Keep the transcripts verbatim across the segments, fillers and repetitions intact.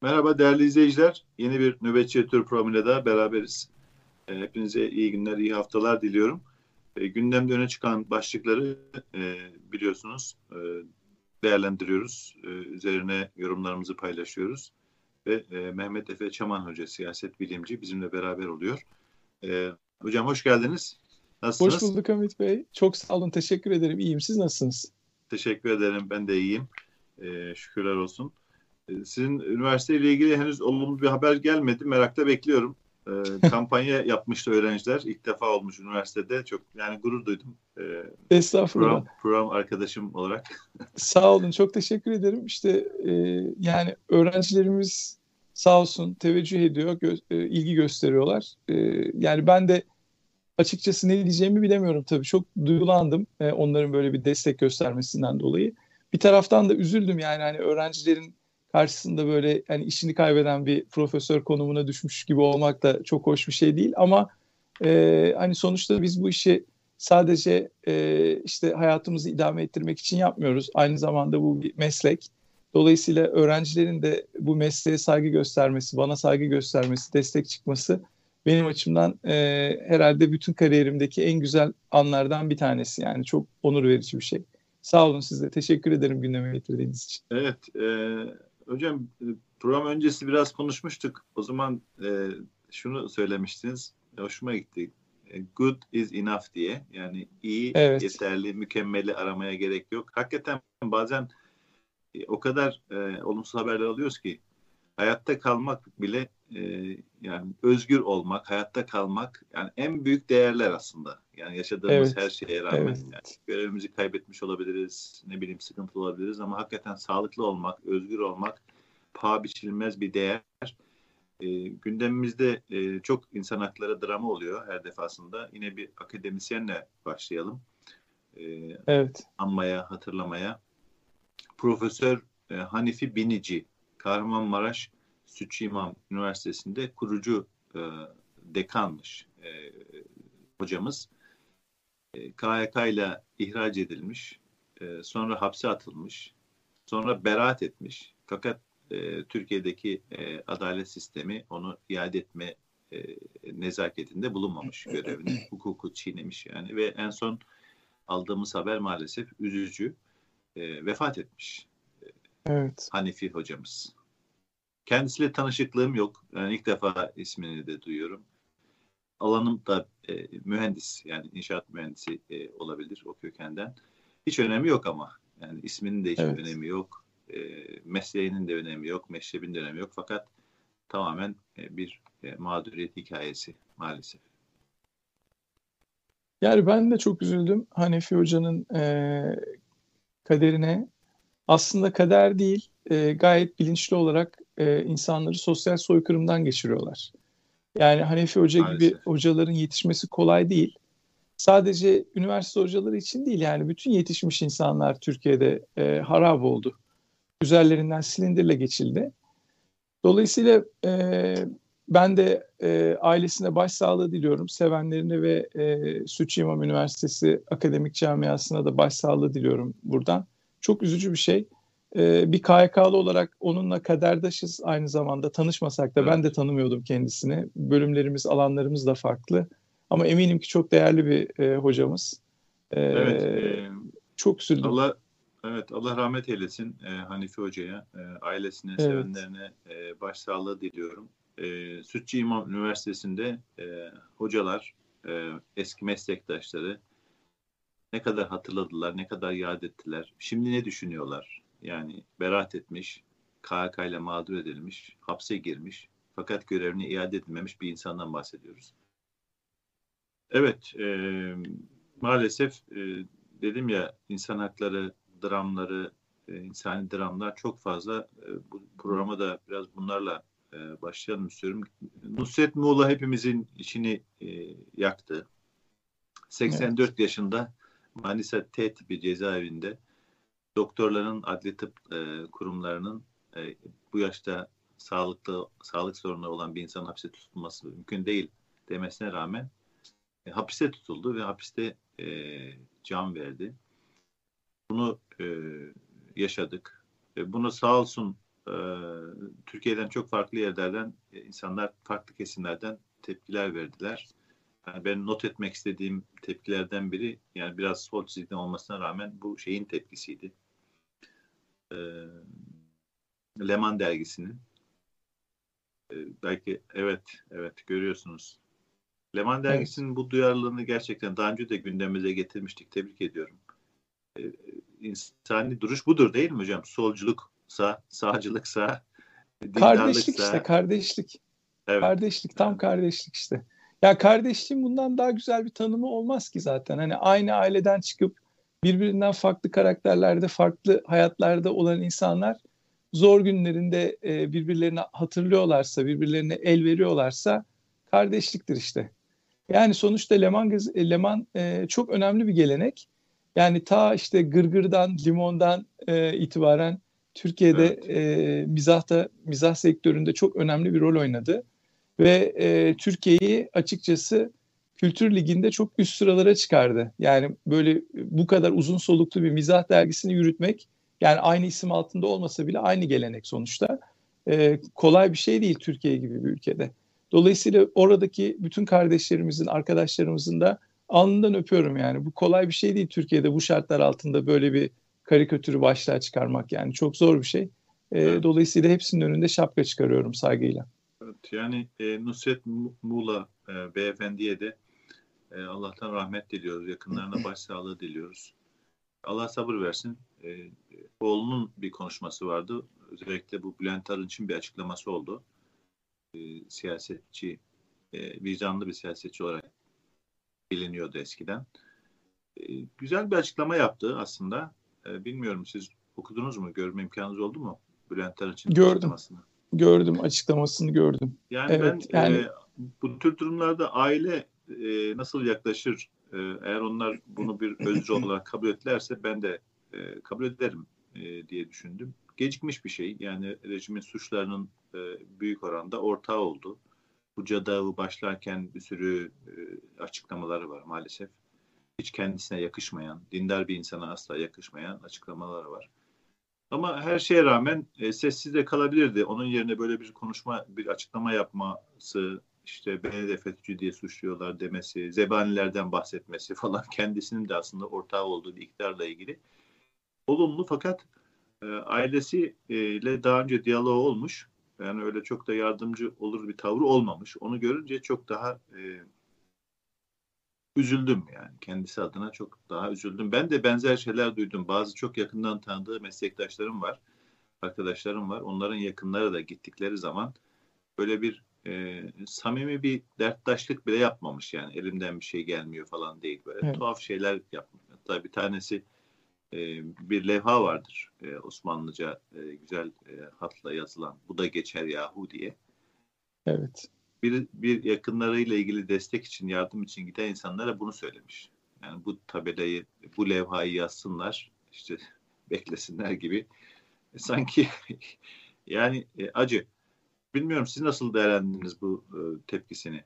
Merhaba değerli izleyiciler. Yeni bir Nöbetçi Editör programıyla da beraberiz. E, Hepinize iyi günler, iyi haftalar diliyorum. E, gündemde öne çıkan başlıkları e, biliyorsunuz e, değerlendiriyoruz. E, üzerine yorumlarımızı paylaşıyoruz. Ve e, Mehmet Efe Çaman Hoca, siyaset bilimci bizimle beraber oluyor. E, hocam hoş geldiniz. Hoş Nasılsınız? bulduk Hamit Bey. Çok sağ olun, teşekkür ederim. İyiyim. Siz nasılsınız? Teşekkür ederim. Ben de iyiyim. E, şükürler olsun. E, Sizin üniversiteyle ilgili henüz olumlu bir haber gelmedi. Merakla bekliyorum. E, kampanya yapmıştı öğrenciler. İlk defa olmuş üniversitede. Çok yani gurur duydum. E, Estağfurullah. program, program arkadaşım olarak. Sağ olun, çok teşekkür ederim. İşte e, yani öğrencilerimiz sağ olsun teveccüh ediyor, gö- e, ilgi gösteriyorlar. E, yani ben de açıkçası ne diyeceğimi bilemiyorum tabii. Çok duygulandım e, onların böyle bir destek göstermesinden dolayı. Bir taraftan da üzüldüm yani hani öğrencilerin karşısında böyle yani işini kaybeden bir profesör konumuna düşmüş gibi olmak da çok hoş bir şey değil. Ama e, hani sonuçta biz bu işi sadece e, işte hayatımızı idame ettirmek için yapmıyoruz. Aynı zamanda bu bir meslek. Dolayısıyla öğrencilerin de bu mesleğe saygı göstermesi, bana saygı göstermesi, destek çıkması benim açımdan e, herhalde bütün kariyerimdeki en güzel anlardan bir tanesi. Yani çok onur verici bir şey. Sağ olun, size teşekkür ederim gündeme getirdiğiniz için. Evet. E, hocam e, program öncesi biraz konuşmuştuk. O zaman e, şunu söylemiştiniz. Hoşuma gitti. E, Good is enough diye. Yani iyi, Evet, yeterli, mükemmeli aramaya gerek yok. Hakikaten bazen e, o kadar e, olumsuz haberler alıyoruz ki hayatta kalmak bile e, yani özgür olmak, hayatta kalmak yani en büyük değerler aslında. Yani yaşadığımız her evet, şeye rağmen yani evet, görevimizi kaybetmiş olabiliriz, ne bileyim sıkıntılı olabiliriz ama hakikaten sağlıklı olmak, özgür olmak paha biçilmez bir değer. E, gündemimizde e, çok insan hakları dramı oluyor her defasında. Yine bir akademisyenle başlayalım. E, evet, anmaya, hatırlamaya. Profesör e, Hanifi Binici, Kahramanmaraş Sütçü İmam Üniversitesi'nde kurucu e, dekanmış e, hocamız. E, K H K ile ihraç edilmiş, e, sonra hapse atılmış, sonra beraat etmiş. Fakat e, Türkiye'deki e, adalet sistemi onu iade etme e, nezaketinde bulunmamış görevini, hukuku çiğnemiş yani ve en son aldığımız haber maalesef üzücü, e, vefat etmiş. evet. Hanifi hocamız. Kendisiyle tanışıklığım yok. Yani ilk defa ismini de duyuyorum. Alanım da e, mühendis, yani inşaat mühendisi e, olabilir o kökenden. Hiç önemi yok ama. Yani isminin de hiçbir Evet. önemi yok. E, mesleğinin de önemi yok, meşrebinin de önemi yok. Fakat tamamen e, bir e, mağduriyet hikayesi maalesef. Yani ben de çok üzüldüm Hanefi Hoca'nın e, kaderine. Aslında kader değil, e, gayet bilinçli olarak e, insanları sosyal soykırımdan geçiriyorlar. Yani Hanefi Hoca gibi Maalesef. hocaların yetişmesi kolay değil. Sadece üniversite hocaları için değil yani bütün yetişmiş insanlar Türkiye'de e, harap oldu. Üzerlerinden silindirle geçildi. Dolayısıyla e, ben de e, ailesine başsağlığı diliyorum. Sevenlerine ve e, Sütçü İmam Üniversitesi akademik camiasına da başsağlığı diliyorum buradan. Çok üzücü bir şey. E, bir K H K'lı olarak onunla kaderdaşız aynı zamanda. Tanışmasak da ben de Evet. tanımıyordum kendisini. Bölümlerimiz, alanlarımız da farklı. Ama eminim ki çok değerli bir e, hocamız. Evet. E, E, Çok üzüldüm. Allah evet Allah rahmet eylesin e, Hanifi Hoca'ya, e, ailesine, Evet, sevenlerine e, başsağlığı diliyorum. E, Sütçü İmam Üniversitesi'nde e, hocalar, e, eski meslektaşları ne kadar hatırladılar, ne kadar yad ettiler. Şimdi ne düşünüyorlar? Yani beraat etmiş, K H K ile mağdur edilmiş, hapse girmiş fakat görevine iade edilmemiş bir insandan bahsediyoruz. Evet, e, maalesef e, dedim ya insan hakları dramları, e, insani dramlar çok fazla. E, bu programa da biraz bunlarla e, başlayalım istiyorum. Nusret Muğla hepimizin içini e, yaktı. evet, seksen dört yaşında Manisa T tipi cezaevinde doktorların, adli tıp e, kurumlarının e, bu yaşta sağlıklı sağlık sorunu olan bir insanın hapse tutulması mümkün değil demesine rağmen e, hapiste tutuldu ve hapiste e, can verdi. Bunu e, yaşadık. E, bunu sağ olsun e, Türkiye'den çok farklı yerlerden e, insanlar farklı kesimlerden tepkiler verdiler. Yani ben not etmek istediğim tepkilerden biri, yani biraz sol çizgiden olmasına rağmen bu şeyin tepkisiydi. E, Leman dergisinin. E, belki evet, evet görüyorsunuz. Leman Evet. dergisinin bu duyarlılığını gerçekten daha önce de gündemimize getirmiştik. Tebrik ediyorum. E, insani duruş budur değil mi hocam? Solculuksa, sağcılıksa, Kardeşlik işte, dindarlıksa, kardeşlik. evet. Kardeşlik, tam Evet. kardeşlik işte. Ya kardeşliğin bundan daha güzel bir tanımı olmaz ki zaten. Hani aynı aileden çıkıp birbirinden farklı karakterlerde, farklı hayatlarda olan insanlar zor günlerinde e, birbirlerini hatırlıyorlarsa, birbirlerine el veriyorlarsa kardeşliktir işte. Yani sonuçta Leman, gaz- e, Leman e, çok önemli bir gelenek. Yani ta işte Gırgır'dan, Limon'dan e, itibaren Türkiye'de Evet. e, mizahta, mizah sektöründe çok önemli bir rol oynadı. Ve e, Türkiye'yi açıkçası Kültür Ligi'nde çok üst sıralara çıkardı. Yani böyle bu kadar uzun soluklu bir mizah dergisini yürütmek, yani aynı isim altında olmasa bile aynı gelenek sonuçta. E, kolay bir şey değil Türkiye gibi bir ülkede. Dolayısıyla oradaki bütün kardeşlerimizin, arkadaşlarımızın da alnından öpüyorum yani. Bu kolay bir şey değil Türkiye'de bu şartlar altında böyle bir karikatürü başlığa çıkarmak, yani çok zor bir şey. E, Evet. dolayısıyla hepsinin önünde şapka çıkarıyorum saygıyla. Evet. Yani e, Nusret Muğla e, beyefendiye de e, Allah'tan rahmet diliyoruz. Yakınlarına başsağlığı diliyoruz. Allah sabır versin. E, oğlunun bir konuşması vardı. Özellikle bu Bülent Arınç'ın bir açıklaması oldu. E, siyasetçi, e, vicdanlı bir siyasetçi olarak biliniyordu eskiden. E, güzel bir açıklama yaptı aslında. E, bilmiyorum, siz okudunuz mu? Görme imkanınız oldu mu Bülent Arınç'ın Gördüm. açıklamasını? Gördüm, açıklamasını gördüm. Yani ben Evet, e, yani bu tür durumlarda aile e, nasıl yaklaşır? E, eğer onlar bunu bir özrü olarak kabul ettilerse ben de e, kabul ederim e, diye düşündüm. Gecikmiş bir şey. Yani rejimin suçlarının e, büyük oranda ortağı oldu. Bu cadavı başlarken bir sürü e, açıklamaları var maalesef. Hiç kendisine yakışmayan, dindar bir insana asla yakışmayan açıklamaları var. Ama her şeye rağmen e, sessiz de kalabilirdi. Onun yerine böyle bir konuşma, bir açıklama yapması, işte beni de FETÖ'cü diye suçluyorlar demesi, zebanilerden bahsetmesi falan, kendisinin de aslında ortağı olduğu bir iktidarla ilgili olumlu, fakat e, ailesiyle daha önce diyaloğu olmuş. Yani öyle çok da yardımcı olur bir tavrı olmamış. Onu görünce çok daha e, üzüldüm yani. Kendisi adına çok daha üzüldüm. Ben de benzer şeyler duydum. Bazı çok yakından tanıdığı meslektaşlarım var, arkadaşlarım var. Onların yakınları da gittikleri zaman böyle bir e, samimi bir derttaşlık bile yapmamış yani. Elimden bir şey gelmiyor falan değil. Böyle evet, tuhaf şeyler yapmış. Hatta bir tanesi, e, bir levha vardır. E, Osmanlıca e, güzel e, hatla yazılan. Bu da geçer yahu diye. evet. Bir, bir yakınlarıyla ilgili destek için, yardım için giden insanlara bunu söylemiş. Yani bu tabelayı, bu levhayı yazsınlar, işte beklesinler gibi. E, sanki yani e, acı. Bilmiyorum, siz nasıl değerlendirdiniz bu e, tepkisini?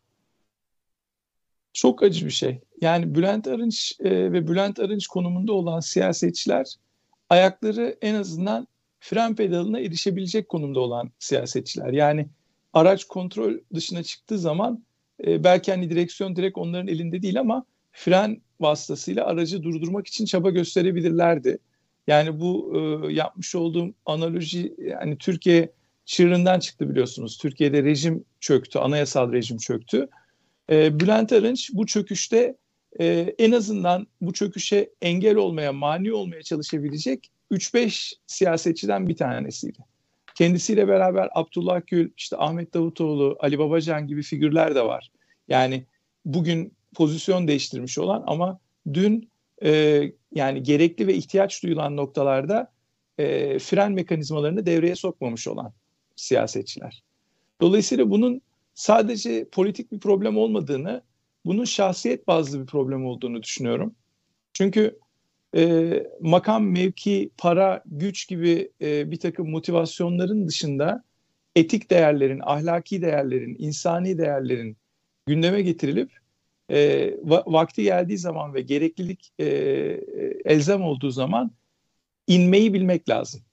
Çok acı bir şey. Yani Bülent Arınç e, ve Bülent Arınç konumunda olan siyasetçiler ayakları en azından fren pedalına erişebilecek konumda olan siyasetçiler. Yani araç kontrol dışına çıktığı zaman e, belki hani direksiyon direkt onların elinde değil ama fren vasıtasıyla aracı durdurmak için çaba gösterebilirlerdi. Yani bu e, yapmış olduğum analoji, yani Türkiye çığırından çıktı biliyorsunuz. Türkiye'de rejim çöktü, anayasal rejim çöktü. E, Bülent Arınç bu çöküşte e, en azından bu çöküşe engel olmaya, mani olmaya çalışabilecek üç beş siyasetçiden bir tanesiydi. Kendisiyle beraber Abdullah Gül, işte Ahmet Davutoğlu, Ali Babacan gibi figürler de var. Yani bugün pozisyon değiştirmiş olan ama dün e, yani gerekli ve ihtiyaç duyulan noktalarda e, fren mekanizmalarını devreye sokmamış olan siyasetçiler. Dolayısıyla bunun sadece politik bir problem olmadığını, bunun şahsiyet bazlı bir problem olduğunu düşünüyorum. Çünkü e, makam, mevki, para, güç gibi e, bir takım motivasyonların dışında etik değerlerin, ahlaki değerlerin, insani değerlerin gündeme getirilip e, va- vakti geldiği zaman ve gereklilik e, elzem olduğu zaman inmeyi bilmek lazım.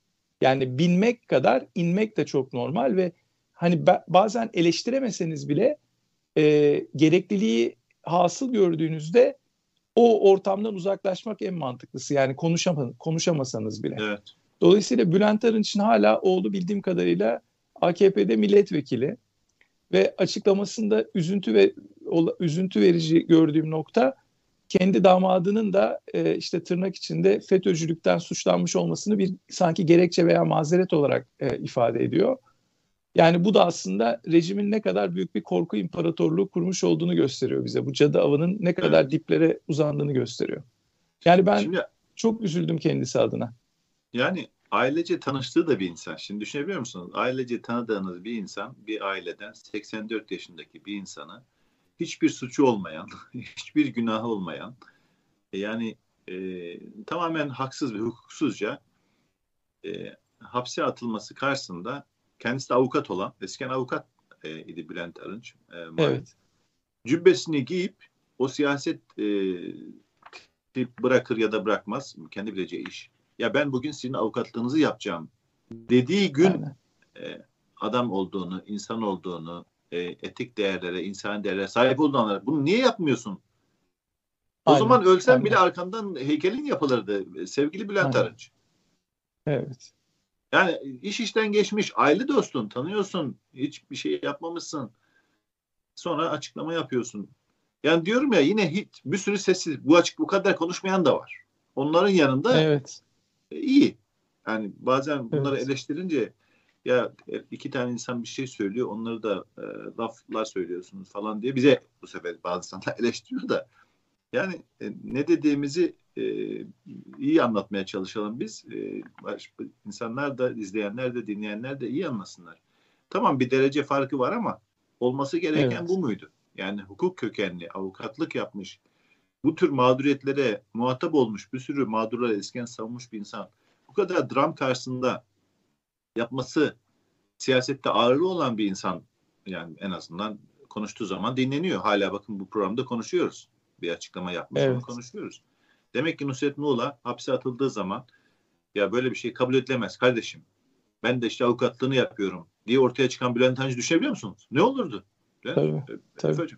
Yani binmek kadar inmek de çok normal ve hani ba- bazen eleştiremeseniz bile e, gerekliliği hasıl gördüğünüzde o ortamdan uzaklaşmak en mantıklısı. Yani konuşama, konuşamasanız bile. Evet. Dolayısıyla Bülent Arınç'ın hala oğlu bildiğim kadarıyla A K P'de milletvekili ve açıklamasında üzüntü ve üzüntü verici gördüğüm nokta kendi damadının da e, işte tırnak içinde FETÖ'cülükten suçlanmış olmasını bir sanki gerekçe veya mazeret olarak e, ifade ediyor. Yani bu da aslında rejimin ne kadar büyük bir korku imparatorluğu kurmuş olduğunu gösteriyor bize. Bu cadı avının ne kadar Evet. diplere uzandığını gösteriyor. Yani ben Şimdi çok üzüldüm kendisi adına. yani ailece tanıştığı da bir insan. Şimdi düşünebiliyor musunuz? Ailece tanıdığınız bir insan, bir aileden seksen dört yaşındaki bir insana hiçbir suçu olmayan, hiçbir günahı olmayan, yani e, tamamen haksız ve hukuksuzca e, hapse atılması karşısında kendisi de avukat olan, eskiden avukat e, idi Bülent Arınç. E, malum. Evet. Cübbesini giyip o siyaset e, bırakır ya da bırakmaz. Kendi bileceği iş. Ya ben bugün sizin avukatlığınızı yapacağım dediği gün e, adam olduğunu, insan olduğunu, e, etik değerlere, insan değerlere sahip olduğunu, bunu niye yapmıyorsun? O Aynen, zaman ölsen aynen. bile arkandan heykelin yapılırdı sevgili Bülent Aynen. Arınç. Evet. Yani iş işten geçmiş, aile dostun, tanıyorsun, hiçbir şey yapmamışsın. Sonra açıklama yapıyorsun. Yani diyorum ya yine hiç, bir sürü sessiz, bu açık bu kadar konuşmayan da var. Onların yanında Evet. e, iyi. Yani bazen bunları Evet. eleştirince ya iki tane insan bir şey söylüyor, onları da e, laflar söylüyorsunuz falan diye bize bu sefer bazı insanlar eleştiriyor da yani e, ne dediğimizi e, iyi anlatmaya çalışalım biz. E, baş, insanlar da, izleyenler de, dinleyenler de iyi anlasınlar. Tamam bir derece farkı var ama olması gereken Evet. bu muydu? Yani hukuk kökenli, avukatlık yapmış, bu tür mağduriyetlere muhatap olmuş, bir sürü mağdurları eskiden savunmuş bir insan. Bu kadar dram karşısında yapması siyasette ağırlığı olan bir insan, yani en azından konuştuğu zaman dinleniyor. Hala bakın bu programda konuşuyoruz. Bir açıklama yapmış, onu Evet. konuşuyoruz. Demek ki Nusret Muğla hapse atıldığı zaman ya böyle bir şey kabul edilemez kardeşim. Ben de işte avukatlığını yapıyorum diye ortaya çıkan Bülent Arınç'ı düşünebiliyor musunuz? Ne olurdu? Bülent, Tabii. Tabii. Efe Hocam.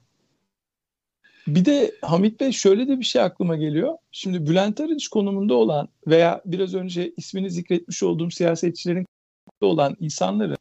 Bir de Hamit Bey şöyle de bir şey aklıma geliyor. Şimdi Bülent Arınç konumunda olan veya biraz önce ismini zikretmiş olduğum siyasetçilerin konumunda olan insanların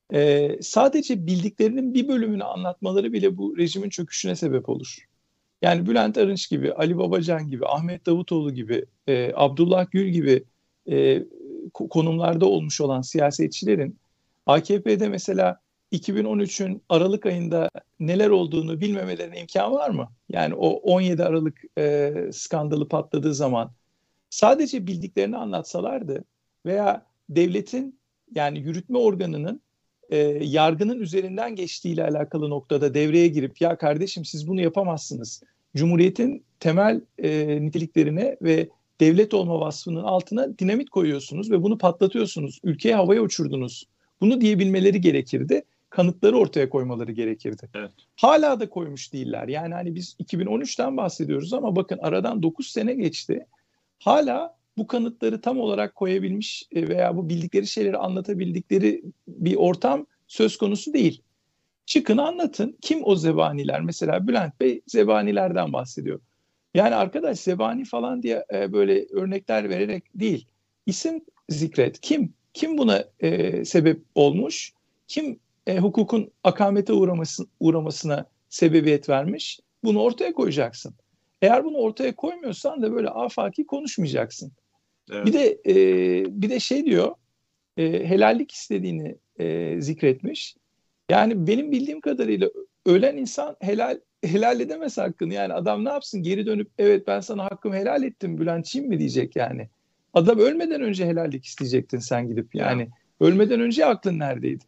e, sadece bildiklerinin bir bölümünü anlatmaları bile bu rejimin çöküşüne sebep olur. Yani Bülent Arınç gibi, Ali Babacan gibi, Ahmet Davutoğlu gibi, e, Abdullah Gül gibi e, konumlarda olmuş olan siyasetçilerin A K P'de mesela iki bin on üçün Aralık ayında neler olduğunu bilmemelerine imkan var mı? Yani o on yedi Aralık e, skandalı patladığı zaman sadece bildiklerini anlatsalardı veya devletin yani yürütme organının e, yargının üzerinden geçtiğiyle alakalı noktada devreye girip ya kardeşim siz bunu yapamazsınız. Cumhuriyetin temel e, niteliklerine ve devlet olma vasfının altına dinamit koyuyorsunuz ve bunu patlatıyorsunuz. Ülkeyi havaya uçurdunuz. Bunu diyebilmeleri gerekirdi. Kanıtları ortaya koymaları gerekirdi. Evet. Hala da koymuş değiller. Yani hani biz iki bin on üçten bahsediyoruz ama bakın aradan dokuz sene geçti. Hala bu kanıtları tam olarak koyabilmiş veya bu bildikleri şeyleri anlatabildikleri bir ortam söz konusu değil. Çıkın anlatın. Kim o zebaniler? Mesela Bülent Bey zebanilerden bahsediyor. Yani arkadaş zebani falan diye e, böyle örnekler vererek değil. İsim zikret. Kim? Kim buna e, sebep olmuş? Kim e, hukukun akamete uğraması, uğramasına sebebiyet vermiş? Bunu ortaya koyacaksın. Eğer bunu ortaya koymuyorsan da böyle afaki konuşmayacaksın. Evet. Bir de e, bir de şey diyor, e, helallik istediğini e, zikretmiş. Yani benim bildiğim kadarıyla ölen insan helal helal edemez hakkını. Yani adam ne yapsın? Geri dönüp evet ben sana hakkımı helal ettim Bülentçiyim mi diyecek yani. Adam ölmeden önce helallik isteyecektin sen gidip yani. Ya. Ölmeden önce aklın neredeydi?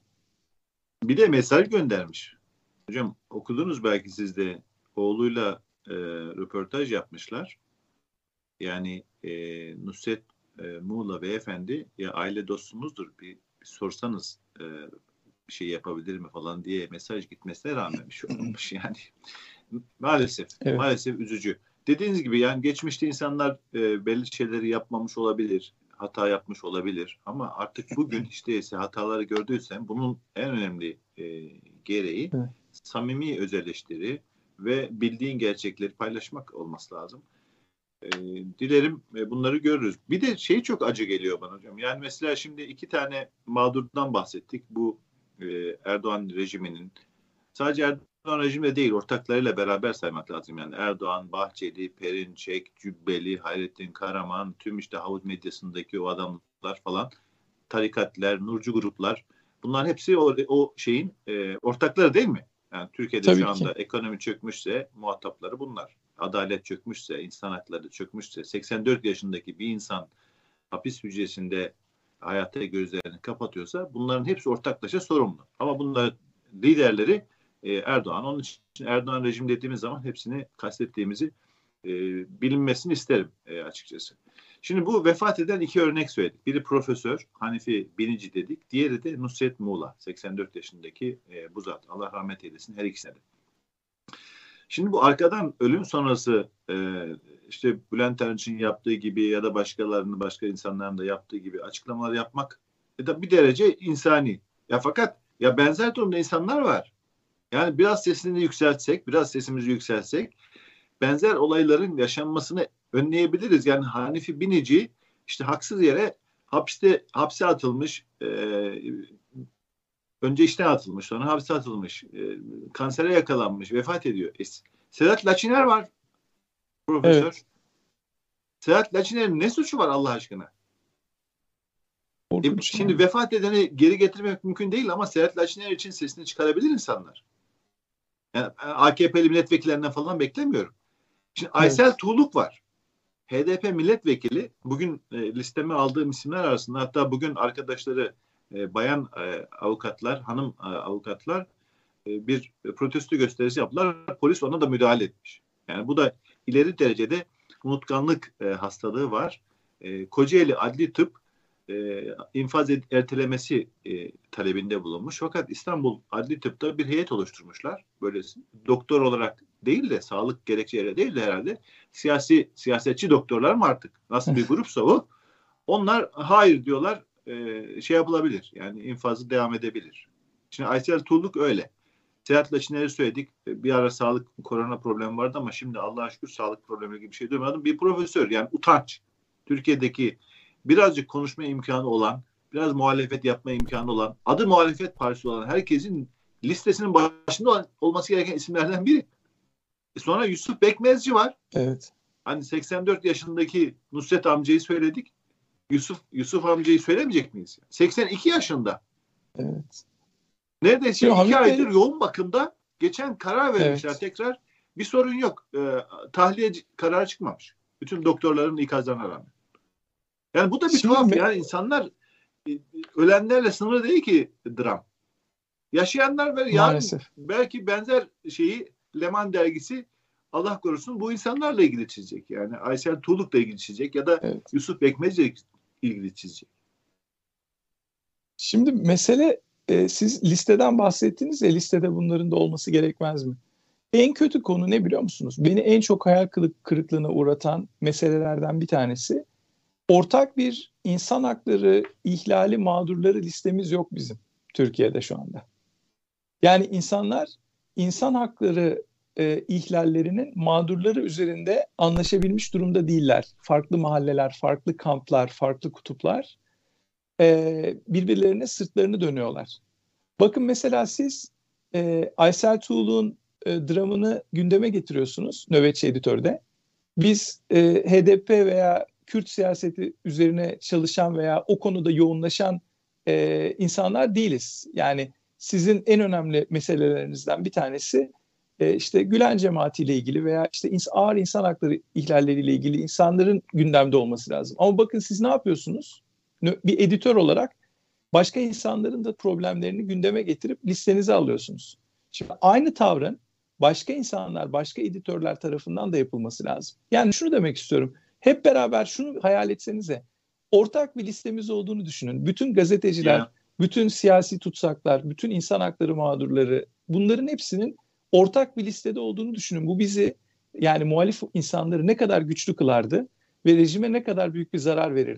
Bir de mesaj göndermiş. Hocam okudunuz belki siz de, oğluyla e, röportaj yapmışlar. Yani e, Nusret e, Muğla beyefendi ya aile dostumuzdur bir, bir sorsanız e, bir şey yapabilir mi falan diye mesaj gitmesine rağmen bir şey olmamış yani. Maalesef, Evet. maalesef üzücü. Dediğiniz gibi yani geçmişte insanlar e, belli şeyleri yapmamış olabilir. hata yapmış olabilir. Ama artık bugün işte ise hataları gördüysen bunun en önemli e, gereği Evet. samimi öz eleştiri ve bildiğin gerçekleri paylaşmak olması lazım. E, dilerim e, bunları görürüz. Bir de şey çok acı geliyor bana hocam. Yani mesela şimdi iki tane mağdurdan bahsettik. Bu e, Erdoğan rejiminin sadece Erdoğan rejimde değil ortaklarıyla beraber saymak lazım. Yani Erdoğan, Bahçeli, Perinçek, Cübbeli, Hayrettin Karaman, tüm işte havuz medyasındaki o adamlar falan, tarikatlar, nurcu gruplar. Bunlar hepsi o, o şeyin e, ortakları değil mi? Yani Türkiye'de Tabii şu ki. anda ekonomi çökmüşse muhatapları bunlar. Adalet çökmüşse, insan hakları çökmüşse, seksen dört yaşındaki bir insan hapis hücresinde hayatta gözlerini kapatıyorsa bunların hepsi ortaklaşa sorumlu. Ama bunların liderleri e, Erdoğan. Onun için Erdoğan rejim dediğimiz zaman hepsini kastettiğimizi e, bilinmesini isterim e, açıkçası. Şimdi bu vefat eden iki örnek söyledik. Biri Profesör Hanifi Binici dedik. Diğeri de Nusret Muğla. seksen dört yaşındaki e, bu zat. Allah rahmet eylesin her ikisine de. Şimdi bu arkadan ölüm sonrası e, işte Bülent Arınç'ın yaptığı gibi ya da başkalarının, başka insanların da yaptığı gibi açıklamalar yapmak e da bir derece insani. Ya fakat ya benzer durumda insanlar var. Yani biraz sesini yükseltsek, biraz sesimizi yükseltsek benzer olayların yaşanmasını önleyebiliriz. Yani Hanifi Binici işte haksız yere hapiste hapse atılmış, e, önce işten atılmış, sonra hapse atılmış, e, kansere yakalanmış, vefat ediyor. E, Sedat Laçiner var, profesör. Evet. Sedat Laçiner'in ne suçu var Allah aşkına? E, Korkunç şimdi yani. vefat edeni geri getirmek mümkün değil ama Sedat Laçiner için sesini çıkarabilir insanlar. Yani A K P'li milletvekillerinden falan beklemiyorum. Şimdi Aysel Evet. Tuğluk var. H D P milletvekili. Bugün e, listeme aldığım isimler arasında hatta bugün arkadaşları e, bayan e, avukatlar, hanım e, avukatlar e, bir protesto gösterisi yaptılar. Polis ona da müdahale etmiş. Yani bu da ileri derecede unutkanlık e, hastalığı var. E, Kocaeli Adli Tıp e, infaz ertelemesi e, talebinde bulunmuş. Fakat İstanbul Adli Tıp'ta bir heyet oluşturmuşlar. Böyle doktor olarak değil de sağlık gerekçeleri değil de herhalde siyasi siyasetçi doktorlar mı artık? Nasıl bir grupsa o? Onlar hayır diyorlar. E, şey yapılabilir. Yani infazı devam edebilir. Şimdi Aysel Tuğluk öyle. Seyahat Laçiner'i söyledik. Bir ara sağlık korona problemi vardı ama şimdi Allah'a şükür sağlık problemi gibi bir şey duymadım. Bir profesör yani utanç. Türkiye'deki birazcık konuşma imkanı olan, biraz muhalefet yapma imkanı olan, adı muhalefet partisi olan herkesin listesinin başında olması gereken isimlerden biri. E sonra Yusuf Bekmezci var. Evet. Hani seksen dört yaşındaki Nusret amcayı söyledik. Yusuf Yusuf amcayı söylemeyecek miyiz? seksen iki yaşında. Evet. Neredeyse Şimdi iki Hamit aydır Bey, yoğun bakımda. Geçen karar vermişler evet. tekrar. Bir sorun yok. Ee, tahliye kararı çıkmamış. Bütün doktorların ikazlarına rağmen. Yani bu da bir Şimdi tuhaf. me- Yani insanlar e, ölenlerle sınırlı değil ki dram. Yaşayanlar ve yarın maalesef. belki benzer şeyi Leman dergisi Allah korusun bu insanlarla ilgili çizecek. Yani Aysel Tuğluk'la ilgili çizecek ya da Evet. Yusuf Bekmez'le ilgili çizecek. Şimdi mesele e, siz listeden bahsettiniz ya, listede bunların da olması gerekmez mi? En kötü konu ne biliyor musunuz? Beni en çok hayal kırık- kırıklığına uğratan meselelerden bir tanesi, ortak bir insan hakları ihlali mağdurları listemiz yok bizim Türkiye'de şu anda. Yani insanlar insan hakları e, ihlallerinin mağdurları üzerinde anlaşabilmiş durumda değiller. Farklı mahalleler, farklı kamplar, farklı kutuplar e, birbirlerine sırtlarını dönüyorlar. Bakın mesela siz e, Aysel Tuğluk'un e, dramını gündeme getiriyorsunuz Nöbetçi Editör'de. Biz e, H D P veya Kürt siyaseti üzerine çalışan veya o konuda yoğunlaşan e, insanlar değiliz. Yani sizin en önemli meselelerinizden bir tanesi e, işte Gülen cemaati ile ilgili veya işte ins- ağır insan hakları ihlalleriyle ilgili insanların gündemde olması lazım. Ama bakın siz ne yapıyorsunuz? Bir editör olarak başka insanların da problemlerini gündeme getirip listenize alıyorsunuz. Şimdi aynı tavrın başka insanlar, başka editörler tarafından da yapılması lazım. Yani şunu demek istiyorum. Hep beraber şunu hayal etsenize. Ortak bir listemiz olduğunu düşünün. Bütün gazeteciler, Ya, bütün siyasi tutsaklar, bütün insan hakları mağdurları, bunların hepsinin ortak bir listede olduğunu düşünün. Bu bizi, yani muhalif insanları ne kadar güçlü kılardı ve rejime ne kadar büyük bir zarar verirdi.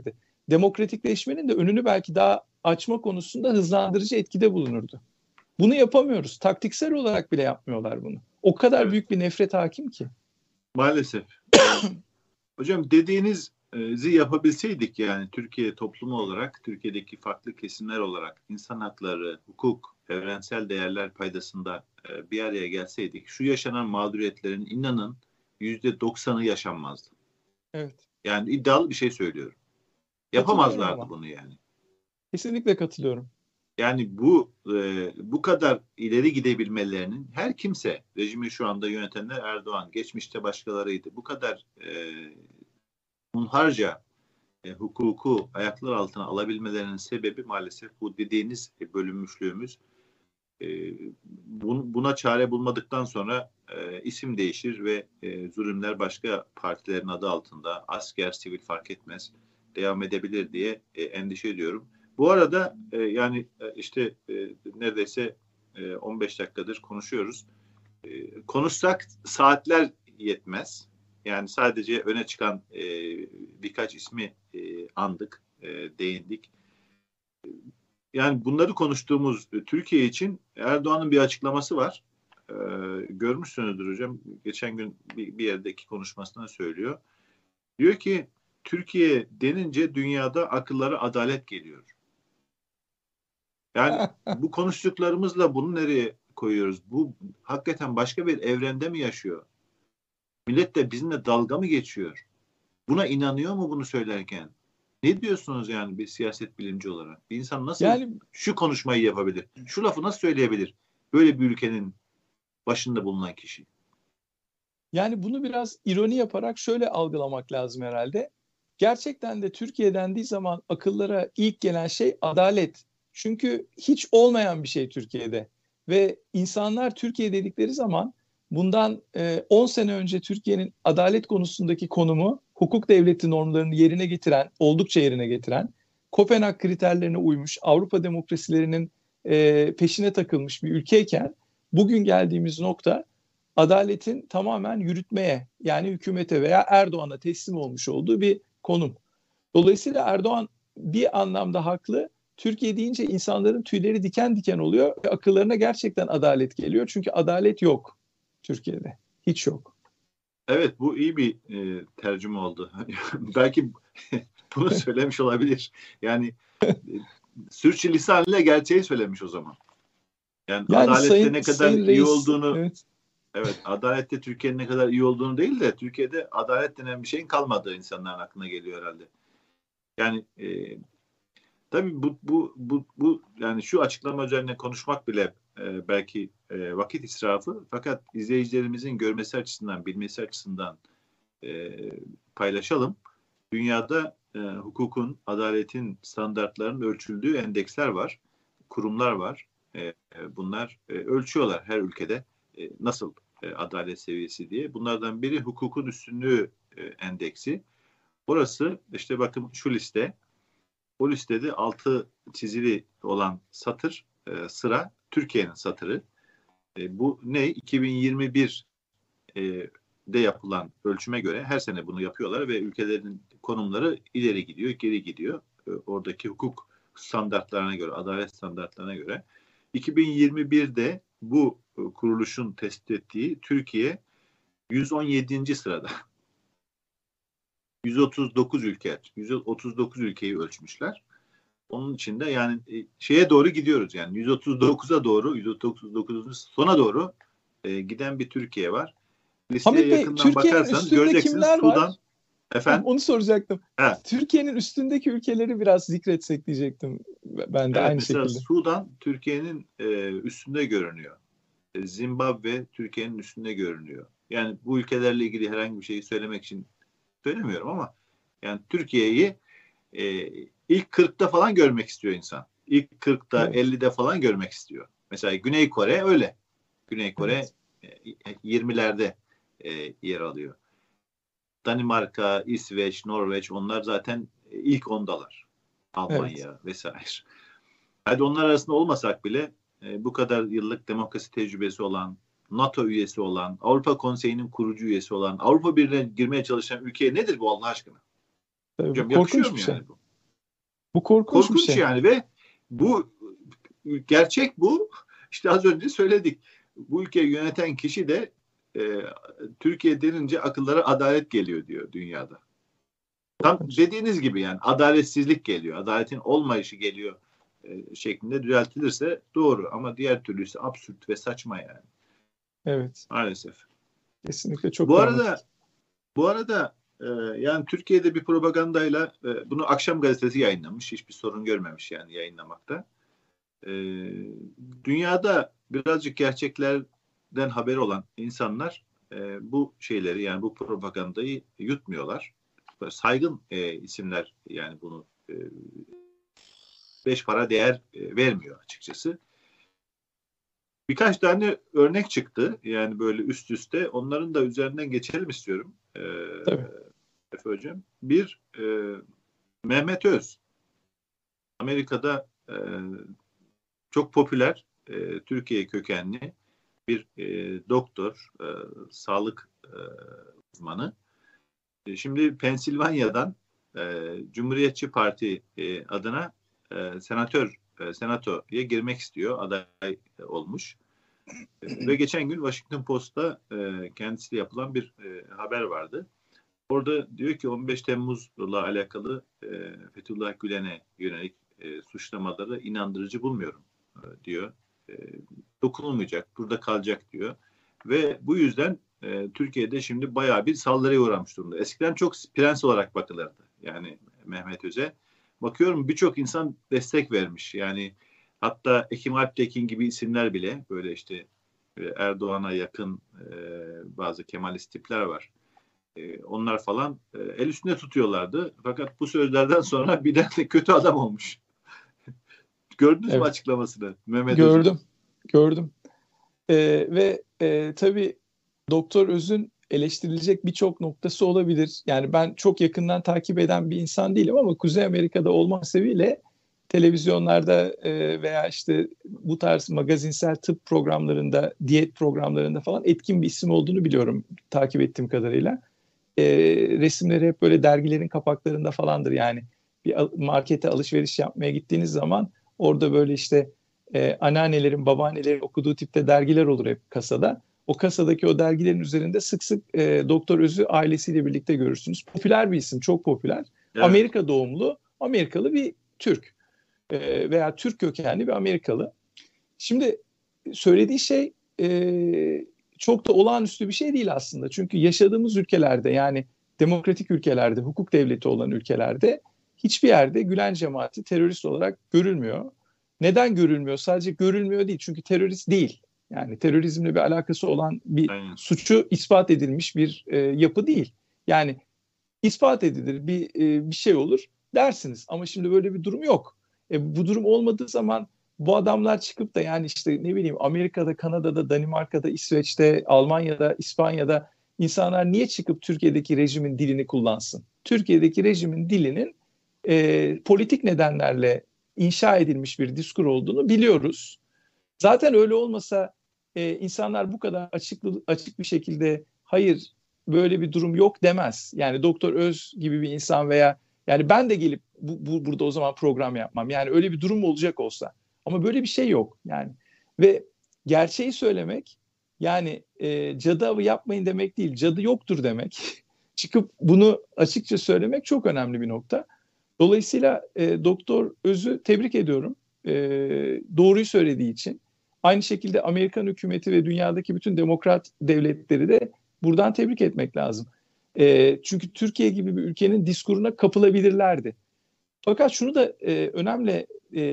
demokratikleşmenin de önünü belki daha açma konusunda hızlandırıcı etkide bulunurdu. Bunu yapamıyoruz. Taktiksel olarak bile yapmıyorlar bunu. O kadar Evet. büyük bir nefret hakim ki. Maalesef. Hocam dediğinizi yapabilseydik, yani Türkiye toplumu olarak, Türkiye'deki farklı kesimler olarak insan hakları, hukuk, evrensel değerler paydasında bir araya gelseydik, şu yaşanan mağduriyetlerin inanın yüzde doksanı yaşanmazdı. Evet. Yani iddialı bir şey söylüyorum. Yapamazlardı bunu yani. Kesinlikle katılıyorum. Yani bu e, bu kadar ileri gidebilmelerinin, her kimse, rejimi şu anda yönetenler Erdoğan, geçmişte başkalarıydı, bu kadar e, hunharca e, hukuku ayaklar altına alabilmelerinin sebebi maalesef bu dediğiniz bölünmüşlüğümüz. E, bun, buna çare bulmadıktan sonra e, isim değişir ve e, zulümler başka partilerin adı altında, asker, sivil fark etmez, devam edebilir diye e, endişe ediyorum. Bu arada e, yani e, işte e, neredeyse e, on beş dakikadır konuşuyoruz. E, konuşsak saatler yetmez. Yani sadece öne çıkan e, birkaç ismi e, andık, e, değindik. Yani bunları konuştuğumuz Türkiye için Erdoğan'ın bir açıklaması var. E, görmüşsünüzdür hocam. Geçen gün bir, bir yerdeki konuşmasında söylüyor. Diyor ki Türkiye denince dünyada akıllara adalet geliyor. Yani bu konuştuklarımızla bunu nereye koyuyoruz? Bu hakikaten başka bir evrende mi yaşıyor? Millet de bizimle dalga mı geçiyor? Buna inanıyor mu bunu söylerken? Ne diyorsunuz yani bir siyaset bilimci olarak? Bir insan nasıl yani, şu konuşmayı yapabilir? Şu lafı nasıl söyleyebilir? Böyle bir ülkenin başında bulunan kişi. Yani bunu biraz ironi yaparak şöyle algılamak lazım herhalde. Gerçekten de Türkiye dendiği zaman akıllara ilk gelen şey adalet. Çünkü hiç olmayan bir şey Türkiye'de. Ve insanlar Türkiye dedikleri zaman bundan on sene önce Türkiye'nin adalet konusundaki konumu, hukuk devleti normlarını yerine getiren, oldukça yerine getiren, Kopenhag kriterlerine uymuş, Avrupa demokrasilerinin peşine takılmış bir ülkeyken, bugün geldiğimiz nokta adaletin tamamen yürütmeye, yani hükümete veya Erdoğan'a teslim olmuş olduğu bir konum. Dolayısıyla Erdoğan bir anlamda haklı. Türkiye deyince insanların tüyleri diken diken oluyor ve akıllarına gerçekten adalet geliyor. Çünkü adalet yok Türkiye'de. Hiç yok. Evet, bu iyi bir e, tercüme oldu. Belki bunu söylemiş olabilir. Yani e, sürçülisanla gerçeği söylemiş o zaman. Yani, yani adalette sayın, ne kadar iyi reis, olduğunu, evet. evet, adalette Türkiye'nin ne kadar iyi olduğunu değil de Türkiye'de adalet denen bir şeyin kalmadığı insanların aklına geliyor herhalde. Yani e, tabii bu bu bu bu yani şu açıklama üzerine konuşmak bile e, belki e, vakit israfı, fakat izleyicilerimizin görmesi açısından, bilmesi açısından e, paylaşalım. Dünyada e, hukukun, adaletin standartlarının ölçüldüğü endeksler var, kurumlar var. E, bunlar e, ölçüyorlar her ülkede e, nasıl e, adalet seviyesi diye. Bunlardan biri hukukun üstünlüğü e, endeksi. Orası işte bakın şu liste. O listede altı çizili olan satır, e, sıra Türkiye'nin satırı. E, bu ne? iki bin yirmi bir'de yapılan ölçüme göre her sene bunu yapıyorlar ve ülkelerin konumları ileri gidiyor, geri gidiyor. E, oradaki hukuk standartlarına göre, adalet standartlarına göre. iki bin yirmi bir'de bu e, kuruluşun tespit ettiği Türkiye yüz on yedinci sırada. yüz otuz dokuz ülke, yüz otuz dokuz ülkeyi ölçmüşler. Onun içinde yani şeye doğru gidiyoruz, yani yüz otuz dokuza doğru, yüz otuz dokuzun sona doğru e, giden bir Türkiye var. Listeye Hamit Bey, yakından Türkiye'nin bakarsanız üstünde göreceksiniz kimler Sudan. Var? Efendim? Onu soracaktım. Evet. Türkiye'nin üstündeki ülkeleri biraz zikretsek diyecektim ben de evet, aynı mesela şekilde. Sudan Türkiye'nin e, üstünde görünüyor. E, Zimbabwe Türkiye'nin üstünde görünüyor. Yani bu ülkelerle ilgili herhangi bir şeyi söylemek için söylemiyorum ama yani Türkiye'yi e, ilk kırkta falan görmek istiyor insan. İlk kırkta, evet. ellide falan görmek istiyor. Mesela Güney Kore öyle. Güney Kore evet. e, yirmilerde e, yer alıyor. Danimarka, İsveç, Norveç, onlar zaten ilk ondalar. Almanya evet. vesaire. Hadi onlar arasında olmasak bile e, bu kadar yıllık demokrasi tecrübesi olan, NATO üyesi olan, Avrupa Konseyi'nin kurucu üyesi olan, Avrupa Birliği'ne girmeye çalışan ülkeye nedir bu Allah aşkına? Tabii, Hocam, korkunç yakışıyor mu bir şey. yani bu? Bu korkunç, korkunç bir şey. yani ve bu gerçek bu. İşte az önce söyledik. Bu ülkeyi yöneten kişi de e, Türkiye denince akıllara adalet geliyor diyor dünyada. Tam dediğiniz gibi yani adaletsizlik geliyor. Adaletin olmayışı geliyor e, şeklinde düzeltilirse doğru ama diğer türlüsü absürt ve saçma yani. Evet. Maalesef. Kesinlikle çok Bu dramatik. arada bu arada e, yani Türkiye'de bir propagandayla e, bunu Akşam Gazetesi yayınlamış. Hiçbir sorun görmemiş yani yayınlamakta. E, dünyada birazcık gerçeklerden haberi olan insanlar e, bu şeyleri yani bu propagandayı yutmuyorlar. Böyle saygın e, isimler yani bunu e, beş para değer e, vermiyor açıkçası. Birkaç tane örnek çıktı. Yani böyle üst üste. Onların da üzerinden geçelim istiyorum. Ee, Tabii. Efe Hocam. Bir, e, Mehmet Öz. Amerika'da e, çok popüler e, Türkiye kökenli bir e, doktor, e, sağlık e, uzmanı. E, şimdi Pensilvanya'dan e, Cumhuriyetçi Parti e, adına e, senatör, e, senatoya girmek istiyor. Aday e, olmuş. Ve geçen gün Washington Post'ta e, kendisiyle yapılan bir e, haber vardı. Orada diyor ki on beş Temmuz'la alakalı e, Fethullah Gülen'e yönelik e, suçlamaları inandırıcı bulmuyorum e, diyor. E, dokunulmayacak, burada kalacak diyor. Ve bu yüzden e, Türkiye'de şimdi bayağı bir saldırıya uğramış durumda. Eskiden çok prens olarak bakılırdı. Yani Mehmet Öz'e. Bakıyorum birçok insan destek vermiş. Yani hatta Ekim Alptekin gibi isimler bile böyle işte Erdoğan'a yakın e, bazı Kemalist tipler var. E, onlar falan e, el üstünde tutuyorlardı. Fakat bu sözlerden sonra birden de kötü adam olmuş. Gördünüz Evet. mü açıklamasını Mehmet Gördüm. Öz'ün? Gördüm. Ee, ve e, tabii Doktor Öz'ün eleştirilecek birçok noktası olabilir. Yani ben çok yakından takip eden bir insan değilim ama Kuzey Amerika'da olma sebebiyle televizyonlarda e, veya işte bu tarz magazinsel tıp programlarında, diyet programlarında falan etkin bir isim olduğunu biliyorum takip ettiğim kadarıyla. E, resimleri hep böyle dergilerin kapaklarında falandır yani. Bir markete alışveriş yapmaya gittiğiniz zaman orada böyle işte e, anneannelerin, babaannelerin okuduğu tipte dergiler olur hep kasada. O kasadaki o dergilerin üzerinde sık sık e, Doktor Öz'ü ailesiyle birlikte görürsünüz. Popüler bir isim, çok popüler. Evet. Amerika doğumlu, Amerikalı bir Türk e, veya Türk kökenli bir Amerikalı. Şimdi söylediği şey e, çok da olağanüstü bir şey değil aslında. Çünkü yaşadığımız ülkelerde yani demokratik ülkelerde, hukuk devleti olan ülkelerde hiçbir yerde Gülen cemaati terörist olarak görülmüyor. Neden görülmüyor? Sadece görülmüyor değil. Çünkü terörist değil. Yani terörizmle bir alakası olan bir Aynen. suçu ispat edilmiş bir e, yapı değil. Yani ispat edilir bir e, bir şey olur dersiniz. Ama şimdi böyle bir durum yok. E, bu durum olmadığı zaman bu adamlar çıkıp da yani işte ne bileyim Amerika'da, Kanada'da, Danimarka'da, İsveç'te, Almanya'da, İspanya'da insanlar niye çıkıp Türkiye'deki rejimin dilini kullansın? Türkiye'deki rejimin dilinin e, politik nedenlerle inşa edilmiş bir diskur olduğunu biliyoruz. Zaten öyle olmasa e, insanlar bu kadar açıklı, açık bir şekilde hayır böyle bir durum yok demez. Yani Doktor Öz gibi bir insan veya yani ben de gelip bu, bu, burada o zaman program yapmam. Yani öyle bir durum olacak olsa. Ama böyle bir şey yok yani. Ve gerçeği söylemek yani e, cadı avı yapmayın demek değil. Cadı yoktur demek. Çıkıp bunu açıkça söylemek çok önemli bir nokta. Dolayısıyla e, Doktor Öz'ü tebrik ediyorum. E, doğruyu söylediği için. Aynı şekilde Amerikan hükümeti ve dünyadaki bütün demokrat devletleri de buradan tebrik etmek lazım. E, çünkü Türkiye gibi bir ülkenin diskuruna kapılabilirlerdi. Fakat şunu da e, önemli,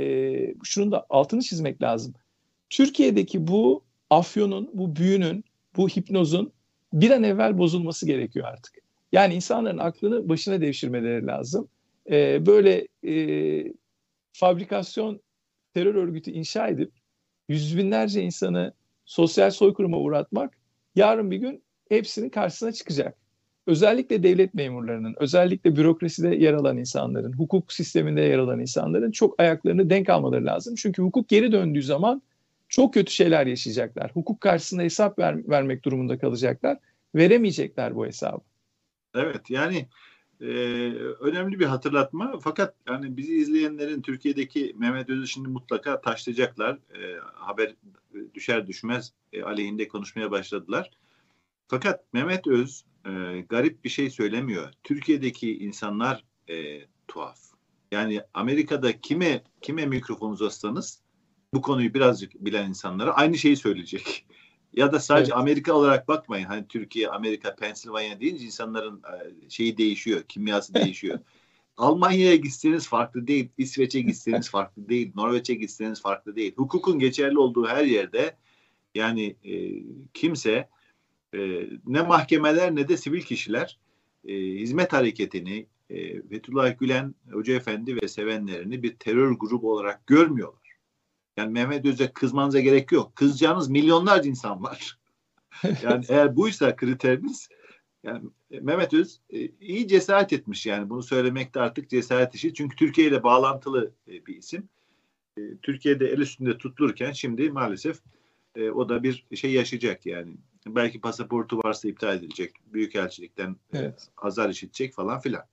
e, şunun da altını çizmek lazım. Türkiye'deki bu afyonun, bu büyünün, bu hipnozun bir an evvel bozulması gerekiyor artık. Yani insanların aklını başına devşirmeleri lazım. E, böyle e, fabrikasyon terör örgütü inşa edip yüz binlerce insanı sosyal soykırıma uğratmak yarın bir gün hepsinin karşısına çıkacak. Özellikle devlet memurlarının, özellikle bürokraside yer alan insanların, hukuk sisteminde yer alan insanların çok ayaklarını denk almaları lazım. Çünkü hukuk geri döndüğü zaman çok kötü şeyler yaşayacaklar. Hukuk karşısında hesap ver, vermek durumunda kalacaklar. Veremeyecekler bu hesabı. Evet yani e, önemli bir hatırlatma. Fakat yani bizi izleyenlerin Türkiye'deki Mehmet Öz'ü şimdi mutlaka taşlayacaklar. E, haber e, düşer düşmez e, aleyhinde konuşmaya başladılar. Fakat Mehmet Öz e, garip bir şey söylemiyor. Türkiye'deki insanlar e, tuhaf. Yani Amerika'da kime kime mikrofon uzatsanız bu konuyu birazcık bilen insanlara aynı şeyi söyleyecek. Ya da sadece evet. Amerika olarak bakmayın. Hani Türkiye, Amerika, Pensilvanya deyince insanların e, şeyi değişiyor, kimyası değişiyor. Almanya'ya gitseniz farklı değil, İsveç'e gitseniz farklı değil, Norveç'e gitseniz farklı değil. Hukukun geçerli olduğu her yerde yani e, kimse e, ne mahkemeler ne de sivil kişiler e, hizmet hareketini e, Fethullah Gülen Hoca Efendi ve sevenlerini bir terör grubu olarak görmüyorlar. Yani Mehmet Öz'e kızmanıza gerek yok. Kızacağınız milyonlarca insan var. Yani eğer buysa kriteriniz, yani Mehmet Öz e, iyi cesaret etmiş, yani bunu söylemekte artık cesaret işi. Çünkü Türkiye ile bağlantılı e, bir isim. E, Türkiye'de el üstünde tutulurken şimdi maalesef e, o da bir şey yaşayacak yani. Belki pasaportu varsa iptal edilecek. Büyükelçilikten evet. e, azar işitecek falan filan.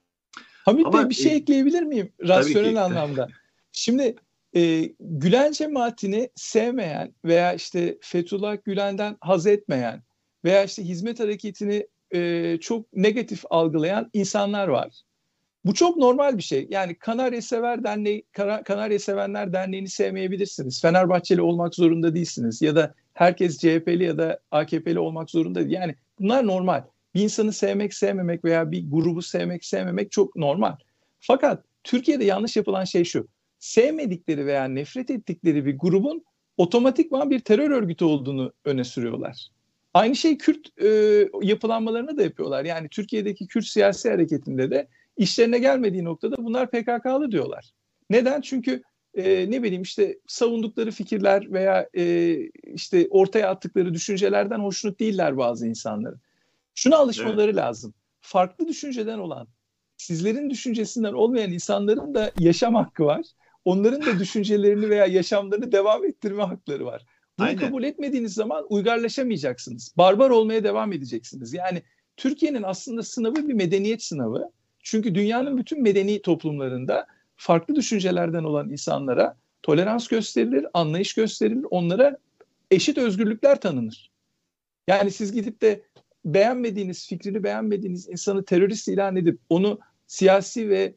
Hamit Ama, Bey bir şey e, ekleyebilir miyim? Rasyonel anlamda. Şimdi e, Gülen cemaatini sevmeyen veya işte Fethullah Gülen'den haz etmeyen veya işte hizmet hareketini e, çok negatif algılayan insanlar var. Bu çok normal bir şey. Yani Kanarya Sever Derneği, Kanarya Sevenler Derneği'ni sevmeyebilirsiniz. Fenerbahçeli olmak zorunda değilsiniz. Ya da herkes C H P'li ya da A K P'li olmak zorunda değil. Yani bunlar normal. Bir insanı sevmek, sevmemek veya bir grubu sevmek, sevmemek çok normal. Fakat Türkiye'de yanlış yapılan şey şu. Sevmedikleri veya nefret ettikleri bir grubun otomatikman bir terör örgütü olduğunu öne sürüyorlar. Aynı şey Kürt e, yapılanmalarını da yapıyorlar. Yani Türkiye'deki Kürt siyasi hareketinde de işlerine gelmediği noktada bunlar P K K'lı diyorlar. Neden? Çünkü e, ne bileyim işte savundukları fikirler veya e, işte ortaya attıkları düşüncelerden hoşnut değiller bazı insanların. Şuna alışmaları evet. lazım. Farklı düşünceden olan, sizlerin düşüncesinden olmayan insanların da yaşam hakkı var. Onların da düşüncelerini veya yaşamlarını devam ettirme hakları var. Bunu Aynen. kabul etmediğiniz zaman uygarlaşamayacaksınız. Barbar olmaya devam edeceksiniz. Yani Türkiye'nin aslında sınavı bir medeniyet sınavı. Çünkü dünyanın bütün medeni toplumlarında farklı düşüncelerden olan insanlara tolerans gösterilir, anlayış gösterilir, onlara eşit özgürlükler tanınır. Yani siz gidip de beğenmediğiniz, fikrini beğenmediğiniz insanı terörist ilan edip onu siyasi ve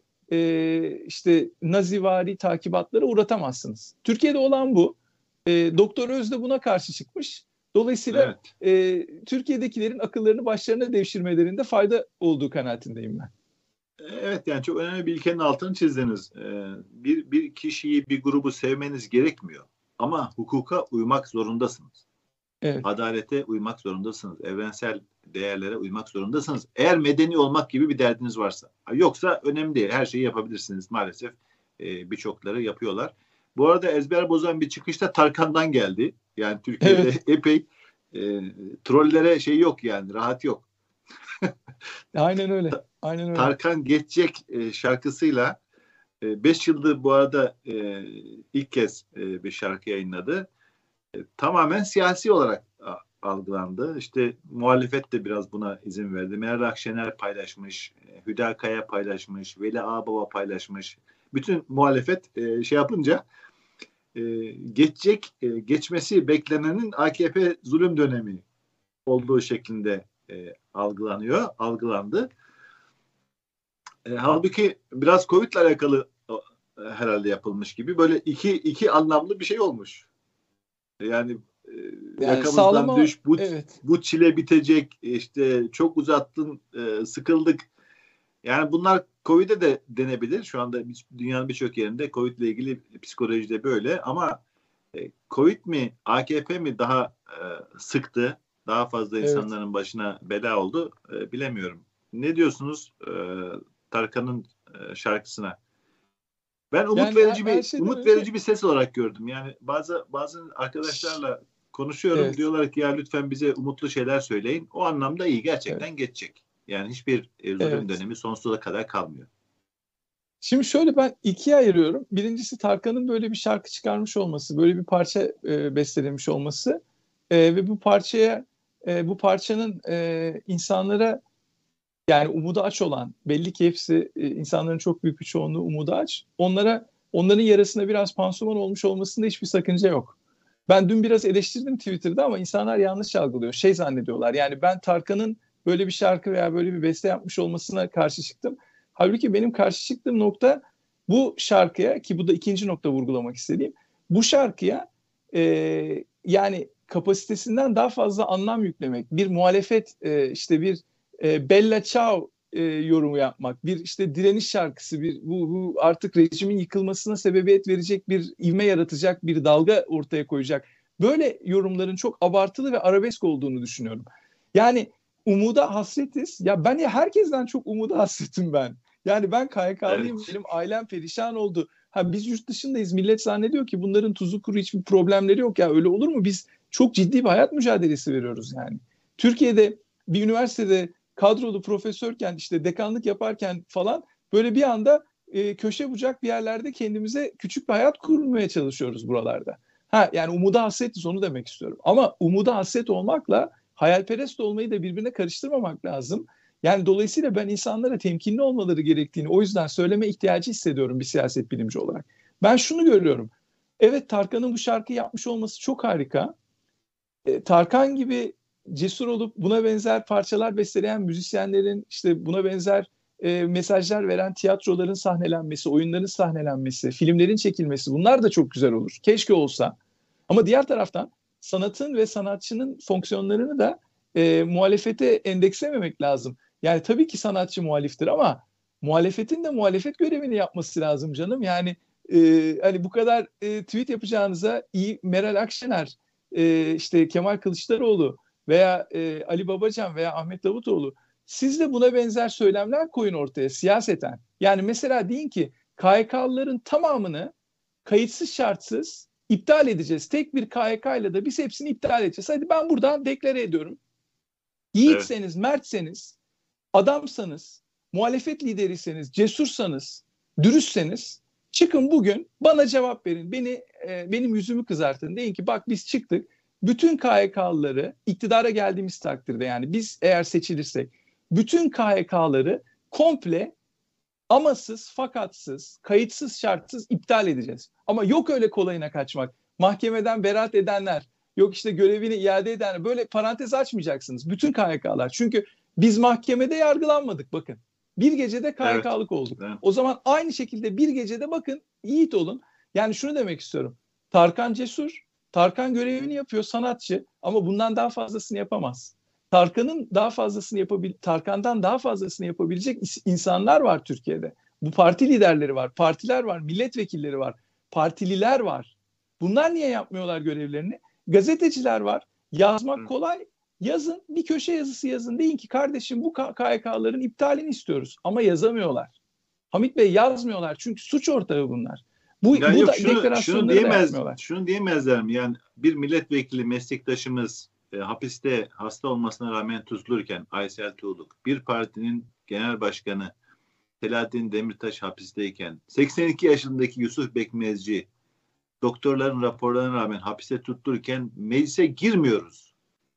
e, işte nazivari takibatlara uğratamazsınız. Türkiye'de olan bu. E, Doktor Öz de buna karşı çıkmış. Dolayısıyla evet. e, Türkiye'dekilerin akıllarını başlarına devşirmelerinde fayda olduğu kanaatindeyim ben. Evet, yani çok önemli bir ilkenin altını çizdiniz. Ee, bir, bir kişiyi, bir grubu sevmeniz gerekmiyor. Ama hukuka uymak zorundasınız. Evet. Adalete uymak zorundasınız. Evrensel değerlere uymak zorundasınız. Eğer medeni olmak gibi bir derdiniz varsa. Yoksa önemli değil. Her şeyi yapabilirsiniz. Maalesef e, birçokları yapıyorlar. Bu arada ezber bozan bir çıkışta Tarkan'dan geldi. Yani Türkiye'de evet. epey e, trollere şey yok yani. Rahat yok. Aynen öyle. Aynen öyle. Tarkan Geçecek e, şarkısıyla beş e, yıldır bu arada e, ilk kez e, bir şarkı yayınladı. E, tamamen siyasi olarak a, algılandı. İşte muhalefet de biraz buna izin verdi. Meral Akşener paylaşmış, e, Hüdakaya paylaşmış, Veli Ağbaba paylaşmış. Bütün muhalefet e, şey yapınca e, geçecek, e, geçmesi beklenenin A K P zulüm dönemi olduğu şeklinde e, algılanıyor, algılandı. E, halbuki biraz Covid'le alakalı e, herhalde yapılmış gibi böyle iki iki anlamlı bir şey olmuş. Yani, e, yani yakamızdan sağlama, düş, bu evet. bu çile bitecek, işte çok uzattın, e, sıkıldık. Yani bunlar Covid'e de denebilir. Şu anda dünyanın birçok yerinde Covid'le ilgili psikolojide böyle ama e, Covid mi, A K P mi daha e, sıktı? Daha fazla insanların evet. başına bela oldu. E, bilemiyorum. Ne diyorsunuz e, Tarkan'ın e, şarkısına? Ben umut yani verici her, bir her umut verici öyle. bir ses olarak gördüm. Yani bazı bazı arkadaşlarla konuşuyorum. Evet. Diyorlar ki ya lütfen bize umutlu şeyler söyleyin. O anlamda iyi. Gerçekten evet. geçecek. Yani hiçbir e, zulüm evet. dönemi sonsuza kadar kalmıyor. Şimdi şöyle ben ikiye ayırıyorum. Birincisi Tarkan'ın böyle bir şarkı çıkarmış olması, böyle bir parça e, bestelemiş olması e, ve bu parçaya e, bu parçanın e, insanlara Yani umudu aç olan, belli ki hepsi e, insanların çok büyük bir çoğunluğu umudu aç. Onlara onların yarasına biraz pansuman olmuş olmasında hiçbir sakınca yok. Ben dün biraz eleştirdim Twitter'da ama insanlar yanlış algılıyor. Şey zannediyorlar. Yani ben Tarkan'ın böyle bir şarkı veya böyle bir beste yapmış olmasına karşı çıktım. Halbuki benim karşı çıktığım nokta bu şarkıya, ki bu da ikinci nokta vurgulamak istediğim. Bu şarkıya e, yani kapasitesinden daha fazla anlam yüklemek, bir muhalefet, e, işte bir e, Bella Ciao e, yorumu yapmak, bir işte direniş şarkısı, bir bu, bu artık rejimin yıkılmasına sebebiyet verecek, bir ivme yaratacak, bir dalga ortaya koyacak. Böyle yorumların çok abartılı ve arabesk olduğunu düşünüyorum. Yani umuda hasretiz. Ya ben ya herkesten çok umuda hasretim ben. Yani ben K Y K'lıyım, Evet. benim ailem perişan oldu. Ha biz yurt dışındayız. Millet zannediyor ki bunların tuzu kuru, hiçbir problemleri yok. Ya öyle olur mu? Biz çok ciddi bir hayat mücadelesi veriyoruz yani. Türkiye'de bir üniversitede kadrolu profesörken, işte dekanlık yaparken falan böyle bir anda e, köşe bucak bir yerlerde kendimize küçük bir hayat kurmaya çalışıyoruz buralarda. Ha yani umuda hasretiz, onu demek istiyorum. Ama umuda hasret olmakla hayalperest olmayı da birbirine karıştırmamak lazım. Yani dolayısıyla ben insanlara temkinli olmaları gerektiğini o yüzden söyleme ihtiyacı hissediyorum bir siyaset bilimci olarak. Ben şunu görüyorum. Evet, Tarkan'ın bu şarkıyı yapmış olması çok harika. E, Tarkan gibi cesur olup buna benzer parçalar besteleyen müzisyenlerin, işte buna benzer e, mesajlar veren tiyatroların sahnelenmesi, oyunların sahnelenmesi, filmlerin çekilmesi, bunlar da çok güzel olur. Keşke olsa. Ama diğer taraftan sanatın ve sanatçının fonksiyonlarını da e, muhalefete endekslememek lazım. Yani tabii ki sanatçı muhaliftir ama muhalefetin de muhalefet görevini yapması lazım canım. Yani e, hani bu kadar e, tweet yapacağınıza iyi Meral Akşener, e, işte Kemal Kılıçdaroğlu veya e, Ali Babacan veya Ahmet Davutoğlu, siz de buna benzer söylemler koyun ortaya siyaseten. Yani mesela deyin ki K Y K'lıların tamamını kayıtsız şartsız iptal edeceğiz. Tek bir K Y K ile de biz hepsini iptal edeceğiz. Hadi ben buradan deklare ediyorum. Evet. Yiğitseniz, mertseniz, adamsanız, muhalefet lideriyseniz, cesursanız, dürüstseniz çıkın bugün bana cevap verin. Beni e, benim yüzümü kızartın. Deyin ki bak biz çıktık. Bütün K Y K'lıları iktidara geldiğimiz takdirde, yani biz eğer seçilirsek bütün K Y K'ları komple amasız, fakatsız, kayıtsız, şartsız iptal edeceğiz. Ama yok öyle kolayına kaçmak. Mahkemeden beraat edenler, yok işte görevini iade edenler, böyle parantez açmayacaksınız. Bütün K Y K'lar. Çünkü biz mahkemede yargılanmadık bakın. Bir gecede Evet. K Y K'lık olduk. Evet. O zaman aynı şekilde bir gecede bakın yiğit olun. Yani şunu demek istiyorum. Tarkan cesur, Tarkan görevini yapıyor, sanatçı, ama bundan daha fazlasını yapamaz. Tarkan'ın daha fazlasını yapabil Tarkan'dan daha fazlasını yapabilecek insanlar var Türkiye'de. Bu parti liderleri var, partiler var, milletvekilleri var, partililer var. Bunlar niye yapmıyorlar görevlerini? Gazeteciler var. Yazmak kolay. Yazın, bir köşe yazısı yazın. Deyin ki kardeşim bu K Y K'ların iptalini istiyoruz. Ama yazamıyorlar. Hamit Bey, yazmıyorlar çünkü suç ortağı bunlar. Bu, Yani bu yok da şunu şunu deklarasyonları da diyemez yapmıyorlar. şunu diyemezler mi? Yani bir milletvekili meslektaşımız e, hapiste hasta olmasına rağmen tutulurken Aysel Tuğluk, bir partinin genel başkanı Selahattin Demirtaş hapisteyken, seksen iki yaşındaki Yusuf Bekmezci doktorların raporlarına rağmen hapiste tutulurken meclise girmiyoruz.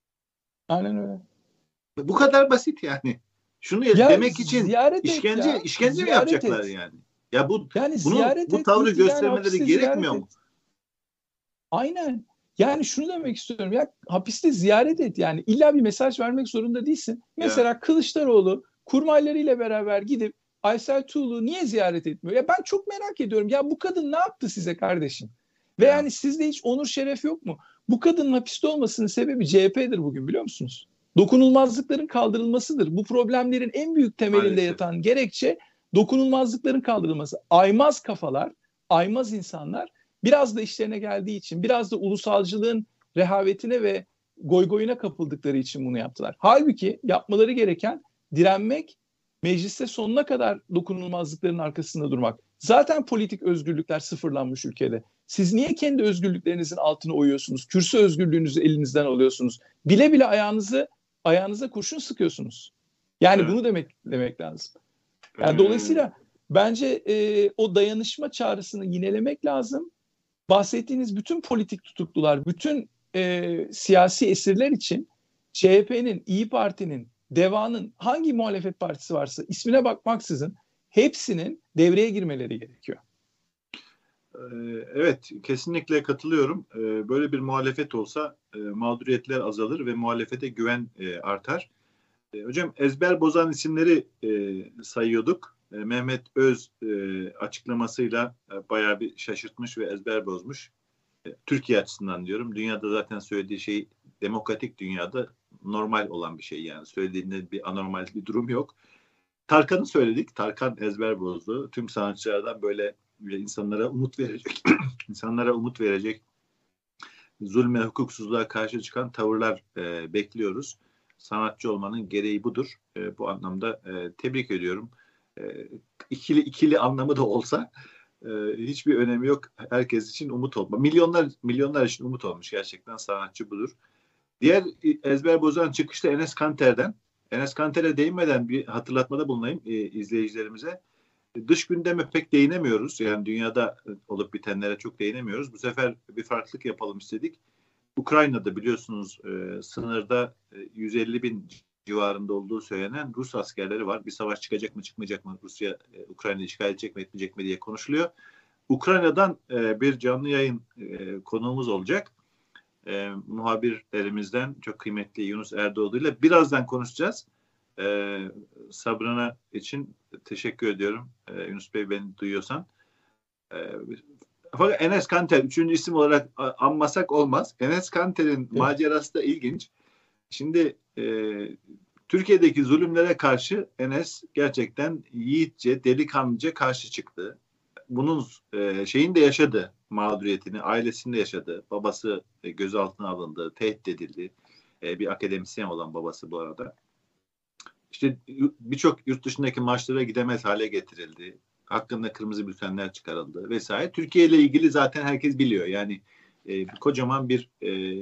Aynen öyle. Bu kadar basit yani. Şunu Ya demek için ziyaret et işkence ya. işkence mi Ziyaret yapacaklar et. yani? Ya bu Yani bunu ziyaret bu et. tavrı Git yani göstermeleri hapiste ziyaret gerekmiyor et. mu? Aynen. Yani şunu demek istiyorum ya, hapiste ziyaret et, yani illa bir mesaj vermek zorunda değilsin. Ya Mesela Kılıçdaroğlu kurmaylarıyla beraber gidip Aysel Tuğlu'yu niye ziyaret etmiyor? Ya ben çok merak ediyorum. Ya bu kadın ne yaptı size kardeşim? Ve ya yani sizde hiç onur şeref yok mu? Bu kadının hapiste olmasının sebebi C H P'dir bugün, biliyor musunuz? Dokunulmazlıkların kaldırılmasıdır. Bu problemlerin en büyük temelinde maalesef. yatan gerekçe dokunulmazlıkların kaldırılması. Aymaz kafalar, aymaz insanlar biraz da işlerine geldiği için, biraz da ulusalcılığın rehavetine ve goygoyuna kapıldıkları için bunu yaptılar. Halbuki yapmaları gereken direnmek, mecliste sonuna kadar dokunulmazlıkların arkasında durmak. Zaten politik özgürlükler sıfırlanmış ülkede. Siz niye kendi özgürlüklerinizin altına oyuyorsunuz? Kürsü özgürlüğünüzü elinizden alıyorsunuz. Bile bile ayağınızı ayağınıza kurşun sıkıyorsunuz. Yani Evet. bunu demek demek lazım. Yani Ee, dolayısıyla bence e, o dayanışma çağrısını yinelemek lazım. Bahsettiğiniz bütün politik tutuklular, bütün e, siyasi esirler için C H P'nin, İyi Parti'nin, DEVA'nın hangi muhalefet partisi varsa ismine bakmaksızın hepsinin devreye girmeleri gerekiyor. Evet, kesinlikle katılıyorum. Böyle bir muhalefet olsa mağduriyetler azalır ve muhalefete güven artar. Hocam ezber bozan isimleri sayıyorduk. Mehmet Öz açıklamasıyla bayağı bir şaşırtmış ve ezber bozmuş. Türkiye açısından diyorum. Dünyada zaten söylediği şey demokratik dünyada normal olan bir şey yani. Söylediğinde bir anormal bir durum yok. Tarkan'ı söyledik. Tarkan ezber bozdu. Tüm sanatçılardan böyle insanlara umut verecek, insanlara umut verecek, zulme, hukuksuzluğa karşı çıkan tavırlar e, bekliyoruz. Sanatçı olmanın gereği budur. E, bu anlamda e, tebrik ediyorum. E, ikili ikili anlamı da olsa e, hiçbir önemi yok. Herkes için umut olma. Milyonlar milyonlar için umut olmuş. Gerçekten sanatçı budur. Diğer ezber bozan çıkışta Enes Kanter'den. Enes Kanter'e değinmeden bir hatırlatmada bulunayım e, izleyicilerimize. Dış gündeme pek değinemiyoruz. Yani dünyada olup bitenlere çok değinemiyoruz. Bu sefer bir farklılık yapalım istedik. Ukrayna'da biliyorsunuz e, sınırda e, yüz elli bin civarında olduğu söylenen Rus askerleri var. Bir savaş çıkacak mı çıkmayacak mı? Rusya e, Ukrayna'yı işgal edecek mi etmeyecek mi diye konuşuluyor. Ukrayna'dan e, bir canlı yayın e, konuğumuz olacak. E, muhabirlerimizden çok kıymetli Yunus Erdoğdu ile birazdan konuşacağız. E, sabrına için teşekkür ediyorum. E, Yunus Bey beni duyuyorsan. E, fakat Enes Kanter üçüncü isim olarak anmasak olmaz. Enes Kanter'in evet. macerası da ilginç. Şimdi e, Türkiye'deki zulümlere karşı Enes gerçekten yiğitçe, delikanlıca karşı çıktı. Bunun e, şeyini de yaşadı, mağduriyetini, ailesinde yaşadı. Babası e, gözaltına alındı, tehdit edildi. E, bir akademisyen olan babası bu arada. İşte birçok yurt dışındaki maçlara gidemez hale getirildi. Hakkında kırmızı bültenler çıkarıldı vesaire. Türkiye ile ilgili zaten herkes biliyor. Yani e, kocaman bir e,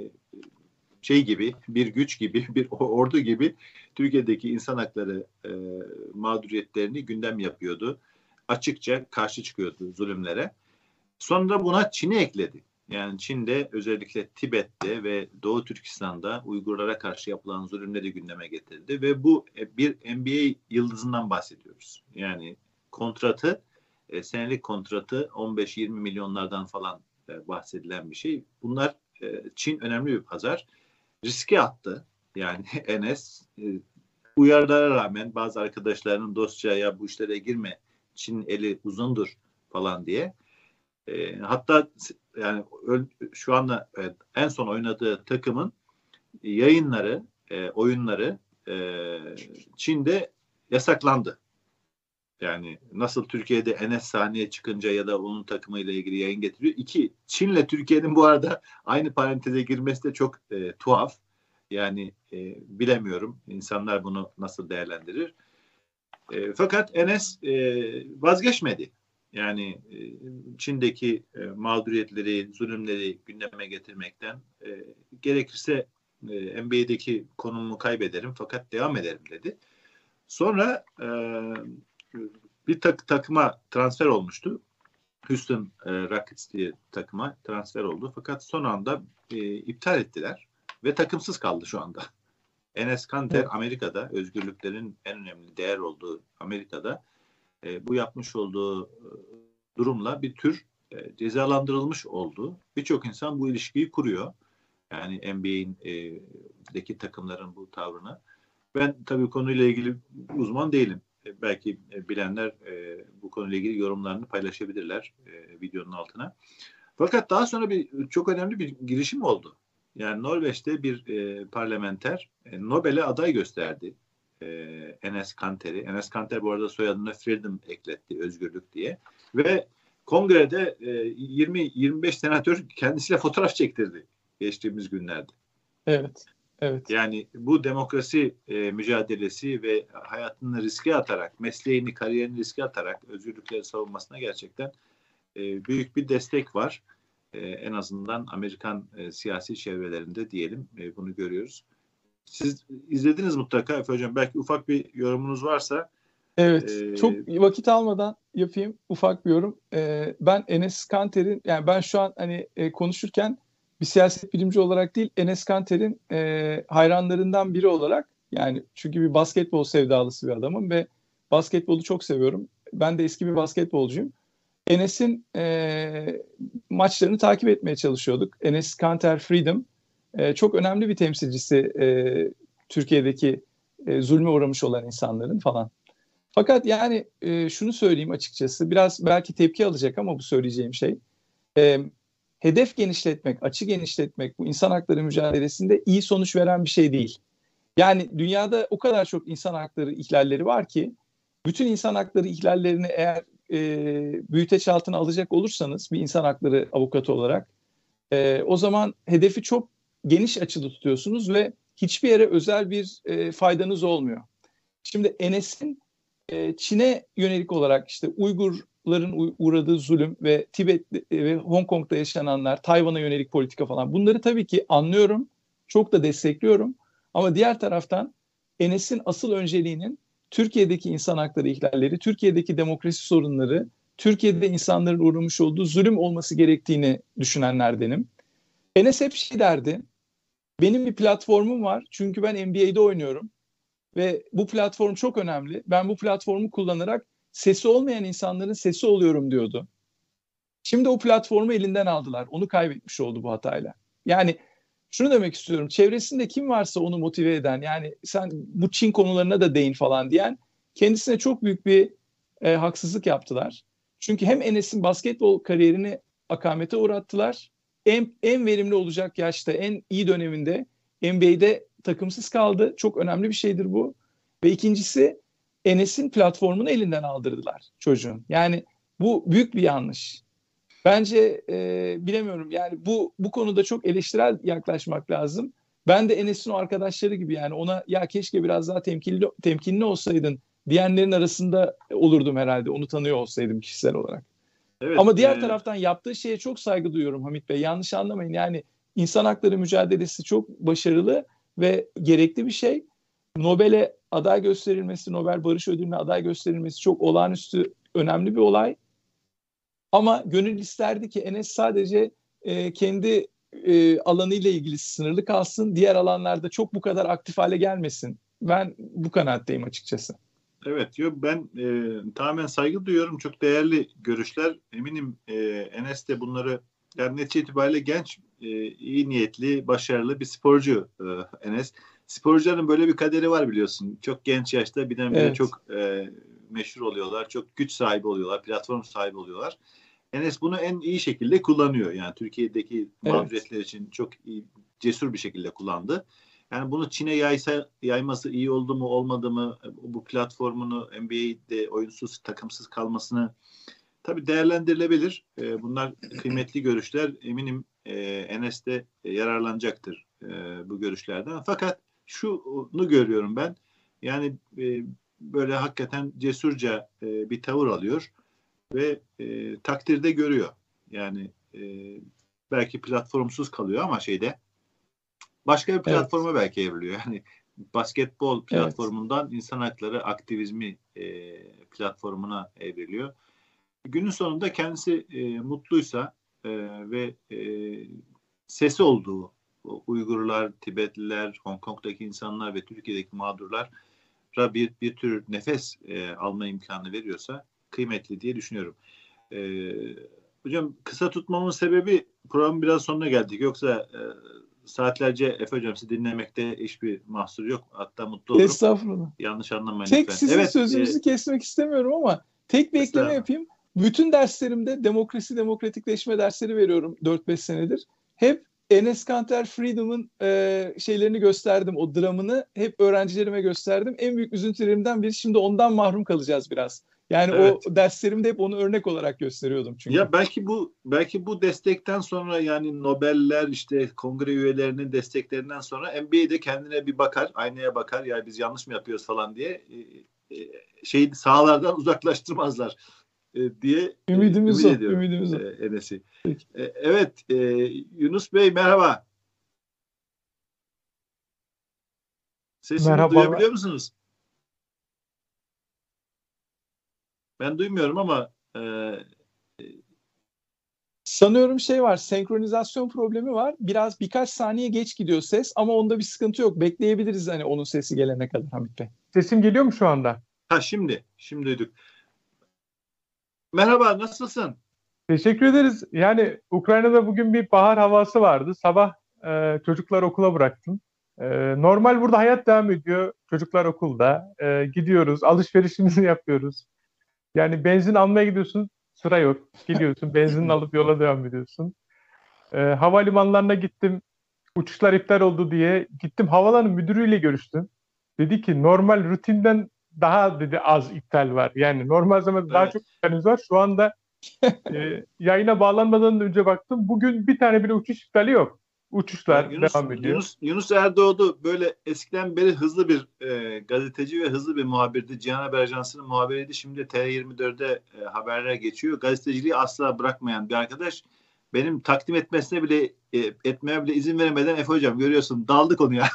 şey gibi, bir güç gibi, bir ordu gibi Türkiye'deki insan hakları e, mağduriyetlerini gündem yapıyordu. Açıkça karşı çıkıyordu zulümlere. Sonra buna Çin'i ekledi. Yani Çin'de özellikle Tibet'te ve Doğu Türkistan'da Uygurlara karşı yapılan zulümleri gündeme getirdi. Ve bu bir N B A yıldızından bahsediyoruz. Yani kontratı, e, senelik kontratı on beş yirmi milyonlardan falan e, bahsedilen bir şey. Bunlar e, Çin önemli bir pazar. Riske attı. Yani Enes e, uyarılara rağmen bazı arkadaşlarının dostça ya bu işlere girme, Çin eli uzundur falan diye. E, hatta yani şu anda e, en son oynadığı takımın yayınları, e, oyunları e, Çin'de yasaklandı. Yani nasıl Türkiye'de Enes sahneye çıkınca ya da onun takımıyla ilgili yayın getiriyor. İki, Çin'le Türkiye'nin bu arada aynı paranteze girmesi de çok e, tuhaf. Yani e, bilemiyorum insanlar bunu nasıl değerlendirir. E, fakat Enes e, vazgeçmedi. Yani e, Çin'deki e, mağduriyetleri, zulümleri gündeme getirmekten e, gerekirse e, N B A'deki konumumu kaybederim fakat devam ederim dedi. Sonra e, bir tak, takıma transfer olmuştu. Houston e, Rockets diye takıma transfer oldu. Fakat son anda e, iptal ettiler ve takımsız kaldı şu anda. Enes Kanter evet. Amerika'da, özgürlüklerin en önemli değer olduğu Amerika'da e, bu yapmış olduğu e, durumla bir tür e, cezalandırılmış oldu. Birçok insan bu ilişkiyi kuruyor. Yani N B A'deki takımların bu tavrını. Ben tabii konuyla ilgili uzman değilim. E, belki e, bilenler e, bu konuyla ilgili yorumlarını paylaşabilirler e, videonun altına. Fakat daha sonra bir çok önemli bir girişim oldu. Yani Norveç'te bir e, parlamenter e, Nobel'e aday gösterdi e, Enes Kanter'i. Enes Kanter bu arada soyadına Freedom ekletti, özgürlük diye. Ve kongrede e, yirmi yirmi beş senatör kendisiyle fotoğraf çektirdi geçtiğimiz günlerde. Evet. Evet. Yani bu demokrasi e, mücadelesi ve hayatını riske atarak, mesleğini, kariyerini riske atarak özgürlükleri savunmasına gerçekten e, büyük bir destek var. E, en azından Amerikan e, siyasi çevrelerinde diyelim e, bunu görüyoruz. Siz izlediniz mutlaka Efe Hocam. Belki ufak bir yorumunuz varsa. Evet. E, çok vakit almadan yapayım ufak bir yorum. E, ben Enes Kanter'in, yani ben şu an hani e, konuşurken bir siyaset bilimci olarak değil, Enes Kanter'in e, hayranlarından biri olarak Yani çünkü bir basketbol sevdalısı bir adamım ve basketbolu çok seviyorum. Ben de eski bir basketbolcuyum. Enes'in e, maçlarını takip etmeye çalışıyorduk. Enes Kanter Freedom e, çok önemli bir temsilcisi e, Türkiye'deki e, zulme uğramış olan insanların falan. Fakat yani e, şunu söyleyeyim açıkçası, biraz belki tepki alacak ama bu söyleyeceğim şey, e, hedef genişletmek, açı genişletmek bu insan hakları mücadelesinde iyi sonuç veren bir şey değil. Yani dünyada o kadar çok insan hakları ihlalleri var ki, bütün insan hakları ihlallerini eğer e, büyüteç altına alacak olursanız bir insan hakları avukatı olarak, e, o zaman hedefi çok geniş açıda tutuyorsunuz ve hiçbir yere özel bir e, faydanız olmuyor. Şimdi Enes'in e, Çin'e yönelik olarak işte Uygurların uğradığı zulüm ve Tibet ve Hong Kong'da yaşananlar, Tayvan'a yönelik politika falan, bunları tabii ki anlıyorum, çok da destekliyorum. Ama diğer taraftan Enes'in asıl önceliğinin Türkiye'deki insan hakları ihlalleri, Türkiye'deki demokrasi sorunları, Türkiye'de insanların uğramış olduğu zulüm olması gerektiğini düşünenlerdenim. Enes hep şey derdi, benim bir platformum var çünkü ben N B A'de oynuyorum. Ve bu platform çok önemli. Ben bu platformu kullanarak sesi olmayan insanların sesi oluyorum diyordu. Şimdi o platformu elinden aldılar. Onu kaybetmiş oldu bu hatayla. Yani şunu demek istiyorum. Çevresinde kim varsa onu motive eden, yani sen bu Çin konularına da değin falan diyen, kendisine çok büyük bir e, haksızlık yaptılar. Çünkü hem Enes'in basketbol kariyerini akamete uğrattılar. En, en verimli olacak yaşta, en iyi döneminde N B A'de takımsız kaldı. Çok önemli bir şeydir bu. Ve ikincisi, Enes'in platformunu elinden aldırdılar çocuğun. Yani bu büyük bir yanlış. Bence e, bilemiyorum, yani bu bu konuda çok eleştirel yaklaşmak lazım. Ben de Enes'in o arkadaşları gibi, yani ona ya keşke biraz daha temkinli temkinli olsaydın diyenlerin arasında olurdum herhalde, onu tanıyor olsaydım kişisel olarak. Evet. Ama diğer E, taraftan yaptığı şeye çok saygı duyuyorum Hamit Bey. Yanlış anlamayın. Yani insan hakları mücadelesi çok başarılı ve gerekli bir şey. Nobel'e aday gösterilmesi, Nobel Barış Ödülü'ne aday gösterilmesi çok olağanüstü önemli bir olay. Ama gönül isterdi ki Enes sadece e, kendi e, alanıyla ilgili sınırlı kalsın. Diğer alanlarda çok bu kadar aktif hale gelmesin. Ben bu kanaatteyim açıkçası. evet. Yok, ben e, tamamen saygı duyuyorum. Çok değerli görüşler. Eminim e, Enes de bunları, yani netice itibariyle genç, e, iyi niyetli, başarılı bir sporcu e, Enes. Sporcuların böyle bir kaderi var biliyorsun. Çok genç yaşta birdenbire Evet, çok e, meşhur oluyorlar. Çok güç sahibi oluyorlar. Platform sahibi oluyorlar. Enes bunu en iyi şekilde kullanıyor. Yani Türkiye'deki evet, mağduriyetler için çok iyi, cesur bir şekilde kullandı. Yani bunu Çin'e yaysa, yayması iyi oldu mu olmadı mı, bu platformunu N B A'de oyunsuz, takımsız kalmasını tabii değerlendirilebilir. E, bunlar kıymetli görüşler. Eminim e, Enes de yararlanacaktır e, bu görüşlerden. Fakat şunu görüyorum ben. Yani e, böyle hakikaten cesurca e, bir tavır alıyor ve e, takdirde görüyor. Yani e, belki platformsuz kalıyor ama şeyde başka bir evet, platforma belki evriliyor. Yani basketbol evet. platformundan insan hakları aktivizmi e, platformuna evriliyor. Günün sonunda kendisi e, mutluysa e, ve e, sesi olduğu Uygurlar, Tibetliler, Hong Kong'daki insanlar ve Türkiye'deki mağdurlara bir, bir tür nefes e, alma imkanı veriyorsa kıymetli diye düşünüyorum. E, hocam, kısa tutmamın sebebi, programın biraz sonuna geldik. Yoksa e, saatlerce Efe hocam sizi dinlemekte hiçbir mahsur yok. Hatta mutlu olurum. Estağfurullah. Yanlış anlamayın Tek lütfen. sizin Evet. E, sözünüzü kesmek istemiyorum ama tek bir ekleme estağfurullah. yapayım. Bütün derslerimde demokrasi, demokratikleşme dersleri veriyorum dört beş senedir. Hep Enes Kanter Freedom'ın e, şeylerini gösterdim, o dramını hep öğrencilerime gösterdim. En büyük üzüntülerimden biri, şimdi ondan mahrum kalacağız biraz. Yani o Evet. derslerimde hep onu örnek olarak gösteriyordum çünkü. Ya belki bu belki bu destekten sonra, yani Nobeller, işte kongre üyelerinin desteklerinden sonra N B A'de kendine bir bakar, aynaya bakar, ya biz yanlış mı yapıyoruz falan diye e, e, şey sahalardan uzaklaştırmazlar e, diye e, Ümidimiz ümit o, ediyorum ümidimiz e, o. Enes'i. Peki. E, evet, e, Yunus Bey merhaba. Sesimi duyabiliyor Merhabalar. musunuz? Ben duymuyorum ama e, Sanıyorum şey var, senkronizasyon problemi var. Biraz birkaç saniye geç gidiyor ses ama onda bir sıkıntı yok. Bekleyebiliriz hani onun sesi gelene kadar Hamit Bey. Sesim geliyor mu şu anda? Ha şimdi, şimdi duyduk. Merhaba, nasılsın? Teşekkür ederiz. Yani Ukrayna'da bugün bir bahar havası vardı. Sabah e, çocuklar okula bıraktım. E, normal burada hayat devam ediyor. Çocuklar okulda. E, gidiyoruz, alışverişimizi yapıyoruz. Yani benzin almaya gidiyorsun, sıra yok. Gidiyorsun, benzin alıp yola devam ediyorsun. E, havalimanlarına gittim. Uçuşlar iptal oldu diye gittim. Havalanın müdürüyle görüştüm. Dedi ki normal rutinden daha dedi az iptal var. Yani normal zamanda daha Evet. çok iptaliniz var. Şu anda e, yayına bağlanmadan önce baktım. Bugün bir tane bile uçuş iptali yok. Uçuşlar Yani Yunus, devam ediyor. Yunus, Yunus Erdoğdu böyle eskiden beri hızlı bir e, gazeteci ve hızlı bir muhabirdi. Cihan Haber Ajansı'nın muhabiriydi. Şimdi T R yirmi dörde e, haberlere geçiyor. Gazeteciliği asla bırakmayan bir arkadaş. Benim takdim etmesine bile e, etmeye bile izin vermeden Efe Hocam görüyorsun daldı konuya.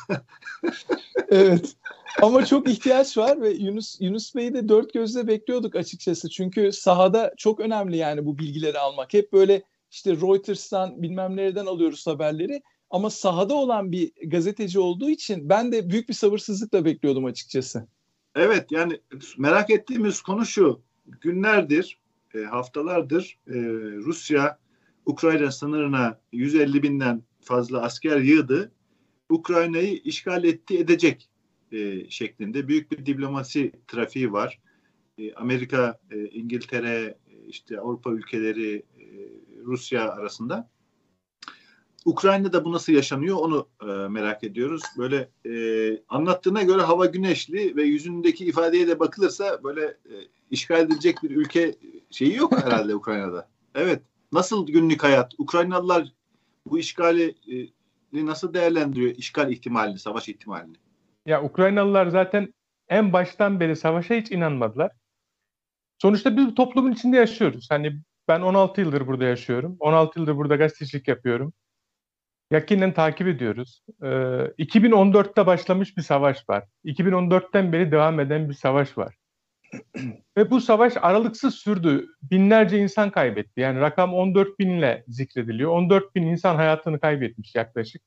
Evet. Ama çok ihtiyaç var ve Yunus Yunus Bey'i de dört gözle bekliyorduk açıkçası. Çünkü sahada çok önemli yani bu bilgileri almak. Hep böyle işte Reuters'tan bilmem nereden alıyoruz haberleri. Ama sahada olan bir gazeteci olduğu için ben de büyük bir sabırsızlıkla bekliyordum açıkçası. Evet, yani merak ettiğimiz konu şu. Günlerdir, e, haftalardır e, Rusya Ukrayna sınırına yüz elli binden fazla asker yığdı. Ukrayna'yı işgal etti, edecek e, şeklinde büyük bir diplomasi trafiği var. E, Amerika, e, İngiltere, e, işte Avrupa ülkeleri, e, Rusya arasında. Ukrayna'da bu nasıl yaşanıyor onu e, merak ediyoruz. Böyle e, anlattığına göre hava güneşli ve yüzündeki ifadeye de bakılırsa böyle e, işgal edilecek bir ülke şeyi yok herhalde Ukrayna'da. Evet. Nasıl günlük hayat? Ukraynalılar bu işgali e, nasıl değerlendiriyor? İşgal ihtimalini, savaş ihtimalini. Ya Ukraynalılar zaten en baştan beri savaşa hiç inanmadılar. Sonuçta biz bu toplumun içinde yaşıyoruz. Hani ben on altı yıldır burada yaşıyorum. on altı yıldır burada gazetecilik yapıyorum. Yakinen takip ediyoruz. Ee, iki bin on dörtte başlamış bir savaş var. iki bin on dörtten beri devam eden bir savaş var. Ve bu savaş aralıksız sürdü. Binlerce insan kaybetti. Yani rakam on dört bin ile zikrediliyor. on dört bin insan hayatını kaybetmiş yaklaşık.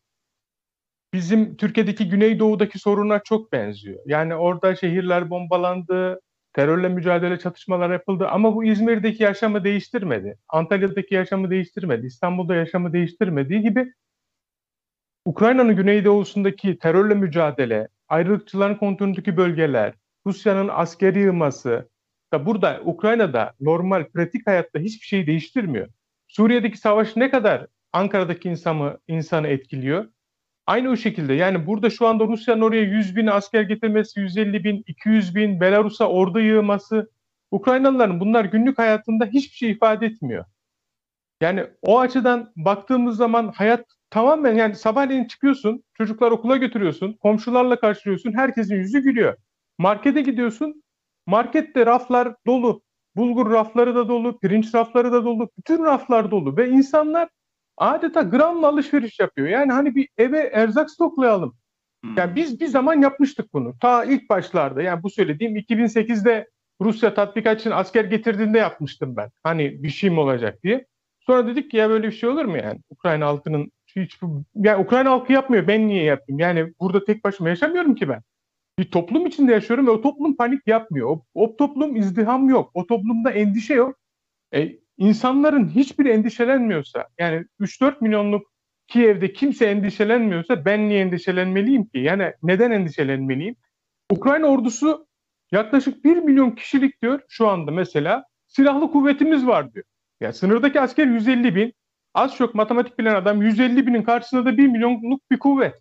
Bizim Türkiye'deki Güneydoğu'daki sorunlar çok benziyor. Yani orada şehirler bombalandı, terörle mücadele çatışmalar yapıldı ama bu İzmir'deki yaşamı değiştirmedi. Antalya'daki yaşamı değiştirmedi. İstanbul'da yaşamı değiştirmediği gibi Ukrayna'nın güneydoğusundaki terörle mücadele, ayrılıkçıların kontrolündeki bölgeler, Rusya'nın askeri yığması, da burada Ukrayna'da normal pratik hayatta hiçbir şey değiştirmiyor. Suriye'deki savaş ne kadar Ankara'daki insanı, insanı etkiliyor? Aynı o şekilde yani burada şu anda Rusya'nın oraya yüz bin asker getirmesi, yüz elli bin, iki yüz bin, Belarus'a ordu yığması, Ukraynalıların bunlar günlük hayatında hiçbir şey ifade etmiyor. Yani o açıdan baktığımız zaman hayat tamamen yani sabahleyin çıkıyorsun, çocuklar okula götürüyorsun, komşularla karşılıyorsun, herkesin yüzü gülüyor. Markete gidiyorsun, markette raflar dolu, bulgur rafları da dolu, pirinç rafları da dolu, bütün raflar dolu ve insanlar adeta gramla alışveriş yapıyor. Yani hani bir eve erzak stoklayalım. Yani biz bir zaman yapmıştık bunu. Ta ilk başlarda yani bu söylediğim iki bin sekizde Rusya tatbikat için asker getirdiğinde yapmıştım ben. Hani bir şey mi olacak diye. Sonra dedik ki ya böyle bir şey olur mu yani? Ukrayna halkının hiç yani Ukrayna halkı yapmıyor. Ben niye yapayım? Yani burada tek başıma yaşamıyorum ki ben. Bir toplum içinde yaşıyorum ve o toplum panik yapmıyor. O, o toplum izdiham yok. O toplumda endişe yok. E, insanların hiçbiri endişelenmiyorsa yani üç dört milyonluk Kiev'de kimse endişelenmiyorsa ben niye endişelenmeliyim ki? Yani neden endişelenmeliyim? Ukrayna ordusu yaklaşık bir milyon kişilik diyor şu anda mesela silahlı kuvvetimiz var diyor. Yani sınırdaki asker yüz elli bin. Az çok matematik bilen adam yüz elli binin karşısında da bir milyonluk bir kuvvet.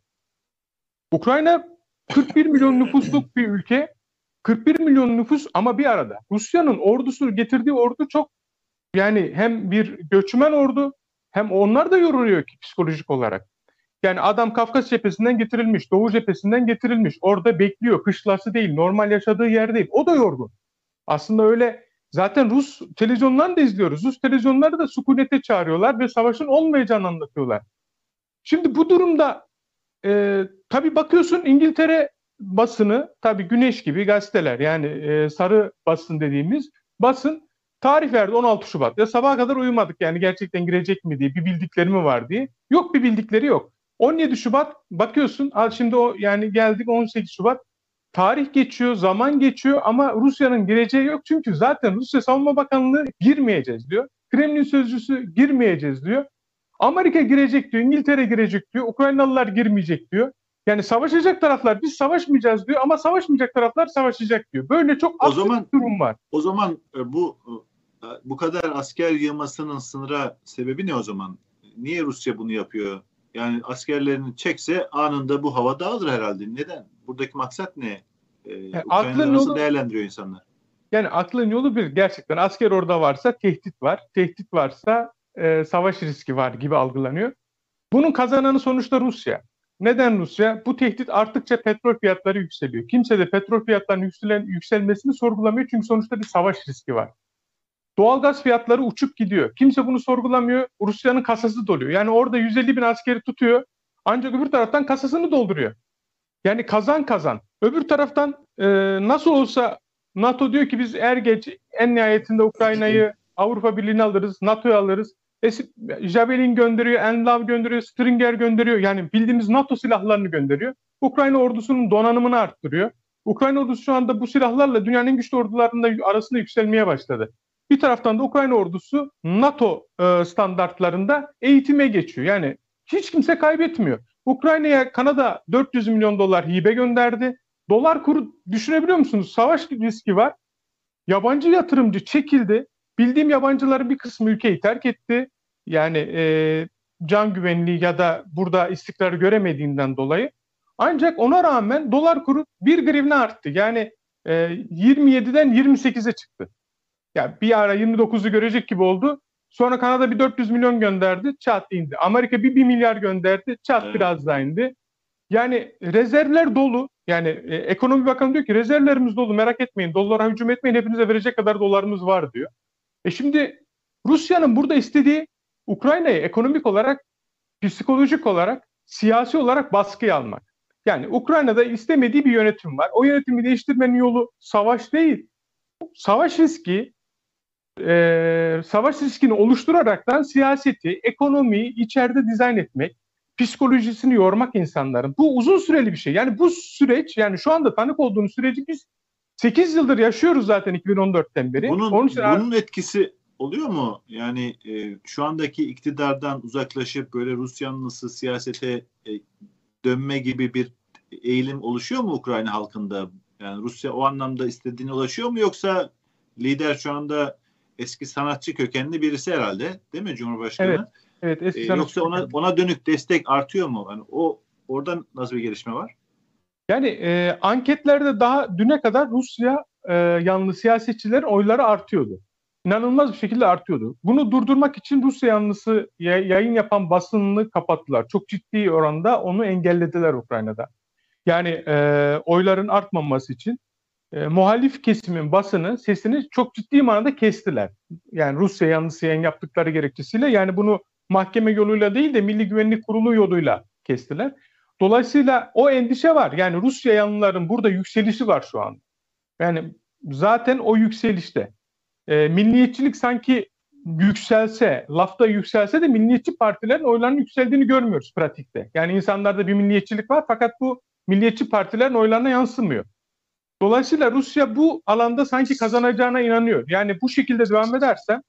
Ukrayna kırk bir milyon nüfusluk bir ülke. kırk bir milyon nüfus ama bir arada. Rusya'nın ordusu getirdiği ordu çok yani hem bir göçmen ordu hem onlar da yoruluyor ki psikolojik olarak. Yani adam Kafkas cephesinden getirilmiş, Doğu cephesinden getirilmiş. Orada bekliyor. Kışlası değil, normal yaşadığı yer değil. O da yorgun. Aslında öyle zaten Rus televizyonlarını da izliyoruz. Rus televizyonları da sükunete çağırıyorlar ve savaşın olmayacağını anlatıyorlar. Şimdi bu durumda e, tabii bakıyorsun İngiltere basını, tabii Güneş gibi gazeteler yani e, sarı basın dediğimiz basın Tarih verdi on altı Şubat. Ya sabaha kadar uyumadık yani gerçekten girecek mi diye, bir bildikleri mi var diye. Yok, bir bildikleri yok. on yedi Şubat bakıyorsun, şimdi o yani geldik on sekiz Şubat. Tarih geçiyor, zaman geçiyor ama Rusya'nın gireceği yok. Çünkü zaten Rusya Savunma Bakanlığı girmeyeceğiz diyor. Kremlin sözcüsü girmeyeceğiz diyor. Amerika girecek diyor, İngiltere girecek diyor, Ukraynalılar girmeyecek diyor. Yani savaşacak taraflar biz savaşmayacağız diyor ama savaşmayacak taraflar savaşacak diyor. Böyle çok absürt bir durum var. O zaman bu bu kadar asker yığmasının sınıra sebebi ne o zaman? Niye Rusya bunu yapıyor? Yani askerlerini çekse anında bu hava dağılır herhalde. Neden? Buradaki maksat ne? Ee, yani Ukrayna'da nasıl yolu, değerlendiriyor insanlar? Yani aklın yolu bir, gerçekten asker orada varsa tehdit var. Tehdit varsa e, savaş riski var gibi algılanıyor. Bunun kazananı sonuçta Rusya. Neden Rusya? Bu tehdit arttıkça petrol fiyatları yükseliyor. Kimse de petrol fiyatlarının yükselen, yükselmesini sorgulamıyor çünkü sonuçta bir savaş riski var. Doğalgaz fiyatları uçup gidiyor. Kimse bunu sorgulamıyor. Rusya'nın kasası doluyor. Yani orada yüz elli bin askeri tutuyor. Ancak öbür taraftan kasasını dolduruyor. Yani kazan kazan. Öbür taraftan e, nasıl olsa NATO diyor ki biz er geç en nihayetinde Ukrayna'yı Avrupa Birliği'ne alırız, NATO'ya alırız. E, Javelin gönderiyor, Enlav gönderiyor, Stinger gönderiyor. Yani bildiğimiz NATO silahlarını gönderiyor. Ukrayna ordusunun donanımını arttırıyor. Ukrayna ordusu şu anda bu silahlarla dünyanın en güçlü ordularında arasında yükselmeye başladı. Bir taraftan da Ukrayna ordusu NATO e, standartlarında eğitime geçiyor. Yani hiç kimse kaybetmiyor. Ukrayna'ya Kanada dört yüz milyon dolar hibe gönderdi. Dolar kuru düşünebiliyor musunuz? Savaş riski var. Yabancı yatırımcı çekildi. Bildiğim yabancıların bir kısmı ülkeyi terk etti. Yani e, can güvenliği ya da burada istikrarı göremediğinden dolayı. Ancak ona rağmen dolar kuru bir grivne arttı. Yani e, yirmi yediden yirmi sekize çıktı. Yani bir ara yirmi dokuzu görecek gibi oldu. Sonra Kanada bir dört yüz milyon gönderdi, çat indi. Amerika bir bir milyar gönderdi, çat evet. Biraz daha indi. Yani rezervler dolu. Yani e, Ekonomi Bakanı diyor ki rezervlerimiz dolu, merak etmeyin, dolara hücum etmeyin, hepinize verecek kadar dolarımız var diyor. E şimdi Rusya'nın burada istediği Ukrayna'yı ekonomik olarak, psikolojik olarak, siyasi olarak baskıya almak. Yani Ukrayna'da istemediği bir yönetim var. O yönetimi değiştirmenin yolu savaş değil. Savaş riski, e, savaş riskini oluşturaraktan siyaseti, ekonomiyi içeride dizayn etmek, psikolojisini yormak insanların. Bu uzun süreli bir şey. Yani bu süreç, yani şu anda tanık olduğunuz süreci biz sekiz yıldır yaşıyoruz zaten iki bin on dörtten beri. Bunun, Onun için bunun etkisi oluyor mu? Yani e, şu andaki iktidardan uzaklaşıp böyle Rus yanlısı siyasete e, dönme gibi bir eğilim oluşuyor mu Ukrayna halkında? Yani Rusya o anlamda istediğine ulaşıyor mu, yoksa lider şu anda eski sanatçı kökenli birisi herhalde, değil mi Cumhurbaşkanı? Evet. Evet, eski ee, yoksa ona ona dönük destek artıyor mu? Yani o oradan nasıl bir gelişme var? Yani e, anketlerde daha düne kadar Rusya e, yanlı siyasetçilerin oyları artıyordu. İnanılmaz bir şekilde artıyordu. Bunu durdurmak için Rusya yanlısı yayın yapan basınını kapattılar. Çok ciddi oranda onu engellediler Ukrayna'da. Yani e, oyların artmaması için e, muhalif kesimin basını sesini çok ciddi manada kestiler. Yani Rusya yanlısı yayın yaptıkları gerekçesiyle, yani bunu mahkeme yoluyla değil de Milli Güvenlik Kurulu yoluyla kestiler. Dolayısıyla o endişe var. Yani Rusya yanlıların burada yükselişi var şu an. Yani zaten o yükselişte. E, milliyetçilik sanki yükselse, lafta yükselse de milliyetçi partilerin oylarının yükseldiğini görmüyoruz pratikte. Yani insanlarda bir milliyetçilik var fakat bu milliyetçi partilerin oylarına yansımıyor. Dolayısıyla Rusya bu alanda sanki kazanacağına inanıyor. Yani bu şekilde devam ederse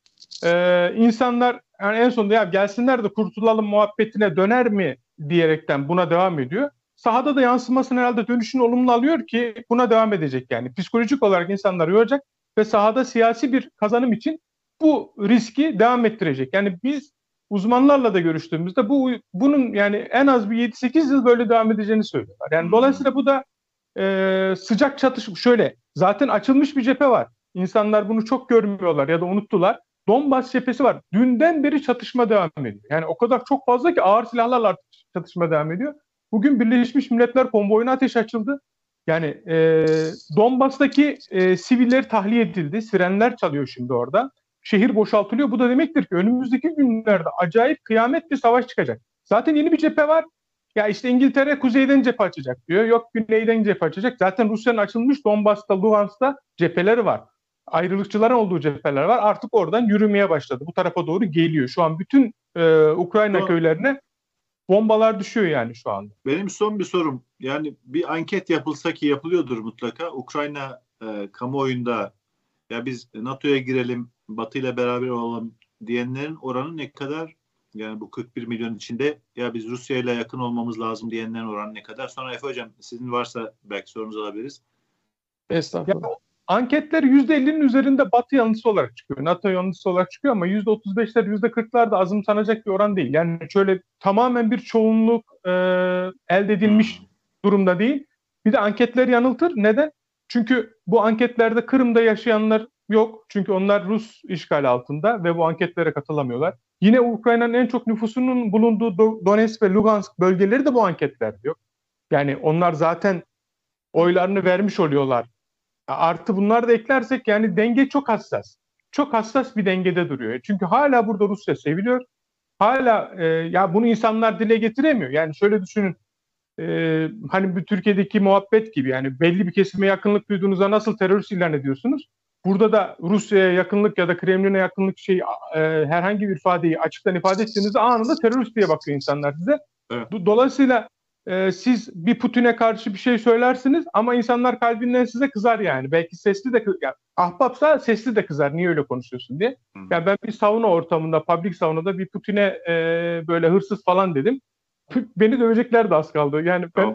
e, insanlar yani en sonunda ya gelsinler de kurtulalım muhabbetine döner mi diyerekten buna devam ediyor. Sahada da yansımasını herhalde dönüşünü olumlu alıyor ki buna devam edecek yani. Psikolojik olarak insanlar yoracak ve sahada siyasi bir kazanım için bu riski devam ettirecek. Yani biz uzmanlarla da görüştüğümüzde bu bunun yani en az bir yedi sekiz yıl böyle devam edeceğini söylüyorlar. Yani dolayısıyla bu da e, sıcak çatışma, şöyle zaten açılmış bir cephe var. İnsanlar bunu çok görmüyorlar ya da unuttular. Donbas cephesi var. Dünden beri çatışma devam ediyor. Yani o kadar çok fazla ki ağır silahlarla çatışma devam ediyor. Bugün Birleşmiş Milletler konvoyuna ateş açıldı. Yani e, Donbas'taki e, sivilleri tahliye edildi. Sirenler çalıyor şimdi orada. Şehir boşaltılıyor. Bu da demektir ki önümüzdeki günlerde acayip kıyamet bir savaş çıkacak. Zaten yeni bir cephe var. Ya işte İngiltere kuzeyden cephe açacak diyor. Yok güneyden cephe açacak. Zaten Rusya'nın açılmış Donbas'ta, Luhansk'ta cepheleri var. ayrılıkçıların olduğu cepheler var. Artık oradan yürümeye başladı. Bu tarafa doğru geliyor. Şu an bütün e, Ukrayna Son, köylerine bombalar düşüyor yani şu anda. Benim son bir sorum. Yani bir anket yapılsa ki yapılıyordur mutlaka. Ukrayna e, kamuoyunda ya biz NATO'ya girelim, Batı ile beraber olalım diyenlerin oranı ne kadar? Yani bu kırk bir milyon içinde ya biz Rusya ile yakın olmamız lazım diyenlerin oranı ne kadar? Sonra Efe Hocam sizin varsa belki sorunuzu alabiliriz. Estağfurullah. Ya, anketler yüzde ellinin üzerinde Batı yanlısı olarak çıkıyor. NATO yanlısı olarak çıkıyor ama yüzde otuz beşler, yüzde kırklar da azımsanacak bir oran değil. Yani şöyle tamamen bir çoğunluk e, elde edilmiş hmm. durumda değil. Bir de anketler yanıltır. Neden? Çünkü bu anketlerde Kırım'da yaşayanlar yok. Çünkü onlar Rus işgali altında ve bu anketlere katılamıyorlar. Yine Ukrayna'nın en çok nüfusunun bulunduğu Donetsk ve Lugansk bölgeleri de bu anketlerde yok. Yani onlar zaten oylarını vermiş oluyorlar. Artı bunları da eklersek yani denge çok hassas. Çok hassas bir dengede duruyor. Çünkü hala burada Rusya seviliyor. Hala e, ya bunu insanlar dile getiremiyor. Yani şöyle düşünün. E, hani bir Türkiye'deki muhabbet gibi yani belli bir kesime yakınlık duyduğunuzda nasıl terörist ilan ediyorsunuz? Burada da Rusya'ya yakınlık ya da Kremlin'e yakınlık şey e, herhangi bir ifadeyi açıktan ifade ettiğinizde anında terörist diye bakıyor insanlar size. Evet. Dolayısıyla e, siz bir Putin'e karşı bir şey söylersiniz ama insanlar kalbinden size kızar yani. Belki sesli de yani, ahbapsa sesli de kızar. Niye öyle konuşuyorsun diye. Hı. Yani ben bir sauna ortamında, public saunada bir Putin'e e, böyle hırsız falan dedim. Beni dövecekler de az kaldı. Yani ben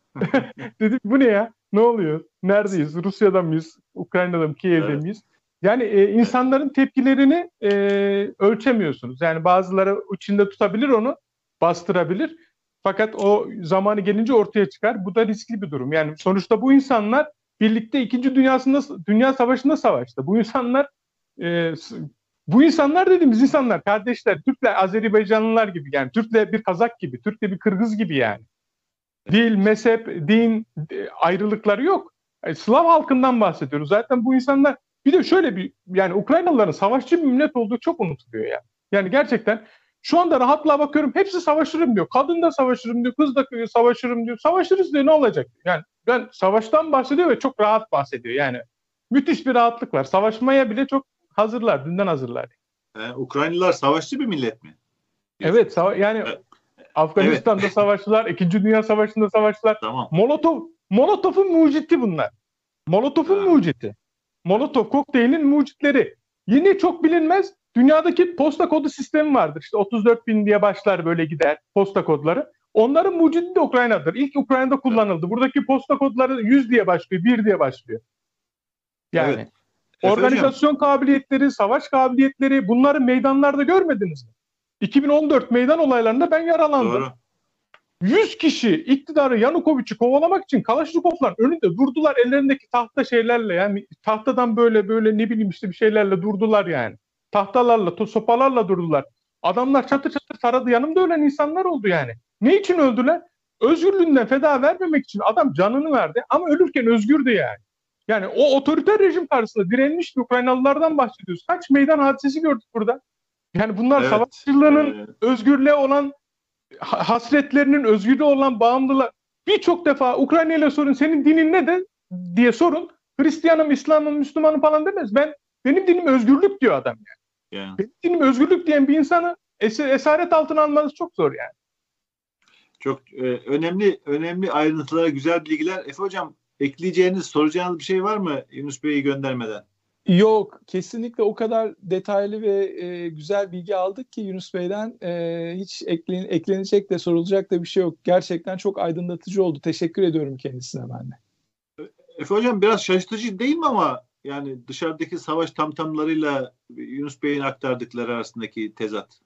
dedim bu ne ya? Ne oluyor? Neredeyiz? Rusya'da mıyız? Ukrayna'da mı? Kiev'de evet. miyiz? Yani e, insanların tepkilerini e, ölçemiyorsunuz. Yani bazıları içinde tutabilir onu, bastırabilir. Fakat o zamanı gelince ortaya çıkar. Bu da riskli bir durum. Yani sonuçta bu insanlar birlikte İkinci Dünyasında, Dünya Savaşı'nda savaştı. Bu insanlar e, bu insanlar dediğimiz insanlar kardeşler. Türk'le Azerbaycanlılar gibi yani. Türk'le bir Kazak gibi, Türk'le bir Kırgız gibi yani. Dil, mezhep, din ayrılıkları yok. Yani Slav halkından bahsediyoruz. Zaten bu insanlar bir de şöyle bir yani Ukraynalıların savaşçı bir millet olduğu çok unutuluyor ya. Yani. yani gerçekten şu anda rahatlığa bakıyorum. Hepsi savaşırım diyor. Kadın da savaşırım diyor. Kız da savaşırım diyor. Savaşırız diyor. Ne olacak? Yani ben savaştan bahsediyor ve çok rahat bahsediyor. Yani müthiş bir rahatlık var. Savaşmaya bile çok hazırlar. Dünden hazırlar. Ee, Ukraynalılar savaşçı bir millet mi? Evet. Sava- yani evet. Afganistan'da evet. savaştılar. İkinci Dünya Savaşı'nda savaştılar. Tamam. Molotov, Molotov'un mucidi bunlar. Molotov'un ha. mucidi. Molotov kokteylin mucitleri. Yine çok bilinmez. Dünyadaki posta kodu sistemi vardır. İşte otuz dört bin diye başlar böyle gider posta kodları. Onların mucidi de Ukrayna'dır. İlk Ukrayna'da kullanıldı. Buradaki posta kodları yüz diye başlıyor, bir diye başlıyor. Yani evet. organizasyon Efendim? kabiliyetleri, savaş kabiliyetleri bunları meydanlarda görmediniz mi? iki bin on dört meydan olaylarında ben yaralandım. Doğru. yüz kişi iktidarı Yanukovic'i kovalamak için Kalaşnikovların önünde durdular ellerindeki tahta şeylerle yani tahtadan böyle böyle ne bileyim işte bir şeylerle durdular yani. Tahtalarla, sopalarla durdular. Adamlar çatır çatır taradı. Yanımda ölen insanlar oldu yani. Ne için öldüler? Özgürlüğünden feda vermemek için adam canını verdi ama ölürken özgürdü yani. Yani o otoriter rejim karşısında direnmiş bir Ukraynalılardan bahsediyoruz. Kaç meydan hadisesi gördük burada. Yani bunlar evet, savaşçılarının evet. özgürlüğe olan hasretlerinin, özgürlüğe olan bağımlılığı. Birçok defa Ukrayna ile sorun senin dinin ne de diye sorun. Hristiyanım, İslam'ım, Müslümanım falan demez. Ben benim dinim özgürlük diyor adam yani. Yeah. Benim dinim özgürlük diyen bir insanı es- esaret altına almanız çok zor yani. Çok e, önemli önemli ayrıntılara güzel bilgiler. Efe Hocam ekleyeceğiniz, soracağınız bir şey var mı Yunus Bey'i göndermeden? Yok, kesinlikle o kadar detaylı ve e, güzel bilgi aldık ki Yunus Bey'den e, hiç eklen, eklenecek de sorulacak da bir şey yok. Gerçekten çok aydınlatıcı oldu. Teşekkür ediyorum kendisine ben de. Efe Hocam biraz şaşırtıcı değil mi ama yani dışarıdaki savaş tamtamlarıyla Yunus Bey'in aktardıkları arasındaki tezat?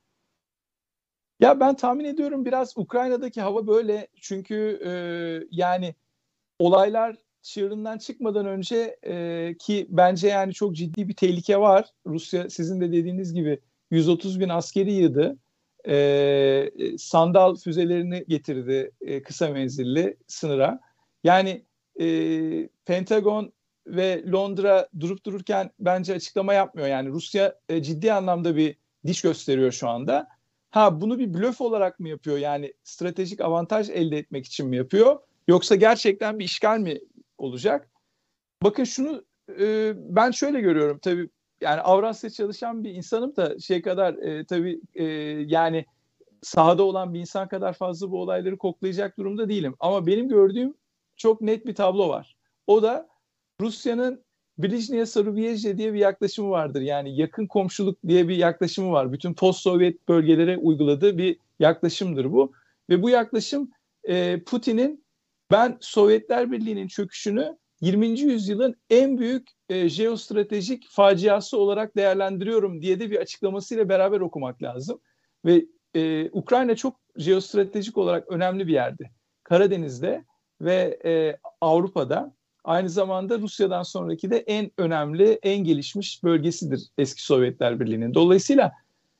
Ya ben tahmin ediyorum biraz Ukrayna'daki hava böyle çünkü e, yani olaylar çığırından çıkmadan önce e, ki bence yani çok ciddi bir tehlike var. Rusya sizin de dediğiniz gibi yüz otuz bin askeri yığdı. E, sandal füzelerini getirdi e, kısa menzilli sınıra. Yani e, Pentagon ve Londra durup dururken bence açıklama yapmıyor. Yani Rusya e, ciddi anlamda bir diş gösteriyor şu anda. Ha bunu bir blöf olarak mı yapıyor? Yani stratejik avantaj elde etmek için mi yapıyor? Yoksa gerçekten bir işgal mi olacak? Bakın şunu e, ben şöyle görüyorum tabii, yani Avrasya çalışan bir insanım da şey kadar e, tabii e, yani sahada olan bir insan kadar fazla bu olayları koklayacak durumda değilim. Ama benim gördüğüm çok net bir tablo var. O da Rusya'nın Bliznya Sarubiyezhe diye bir yaklaşımı vardır. Yani yakın komşuluk diye bir yaklaşımı var. Bütün post-Sovyet bölgelere uyguladığı bir yaklaşımdır bu. Ve bu yaklaşım e, Putin'in ben Sovyetler Birliği'nin çöküşünü yirminci yüzyılın en büyük e, jeostratejik faciası olarak değerlendiriyorum diye de bir açıklamasıyla beraber okumak lazım. Ve e, Ukrayna çok jeostratejik olarak önemli bir yerde. Karadeniz'de ve e, Avrupa'da. Aynı zamanda Rusya'dan sonraki de en önemli, en gelişmiş bölgesidir eski Sovyetler Birliği'nin. Dolayısıyla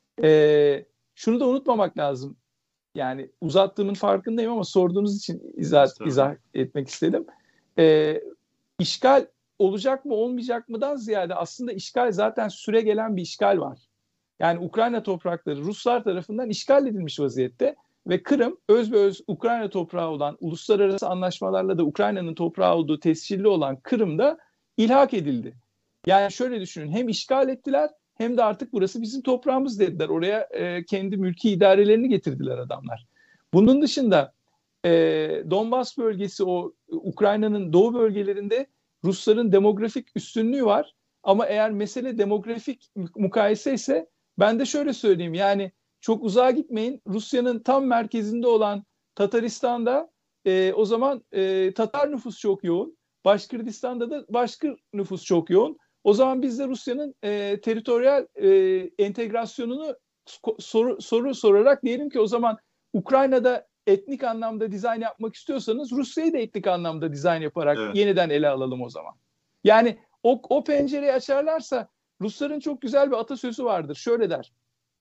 e, şunu da unutmamak lazım. Yani uzattığımın farkındayım ama sorduğunuz için izah, izah etmek istedim. E, işgal olacak mı olmayacak mıdan ziyade aslında işgal zaten süre gelen bir işgal var. Yani Ukrayna toprakları Ruslar tarafından işgal edilmiş vaziyette ve Kırım özbeöz Ukrayna toprağı olan, uluslararası anlaşmalarla da Ukrayna'nın toprağı olduğu tescilli olan Kırım'da ilhak edildi. Yani şöyle düşünün, hem işgal ettiler hem de artık burası bizim toprağımız dediler. Oraya e, kendi mülki idarelerini getirdiler adamlar. Bunun dışında e, Donbas bölgesi, o Ukrayna'nın doğu bölgelerinde Rusların demografik üstünlüğü var. Ama eğer mesele demografik mukayese ise ben de şöyle söyleyeyim, yani çok uzağa gitmeyin. Rusya'nın tam merkezinde olan Tataristan'da e, o zaman e, Tatar nüfus çok yoğun. Başkırdistan'da da Başkır nüfus çok yoğun. O zaman biz de Rusya'nın e, teritoryal e, entegrasyonunu soru, soru sorarak diyelim ki o zaman Ukrayna'da etnik anlamda dizayn yapmak istiyorsanız Rusya'yı da etnik anlamda dizayn yaparak evet. yeniden ele alalım o zaman. Yani o, o pencereyi açarlarsa Rusların çok güzel bir atasözü vardır. Şöyle der: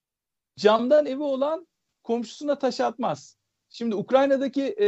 camdan evi olan komşusuna taş atmaz. Şimdi Ukrayna'daki e,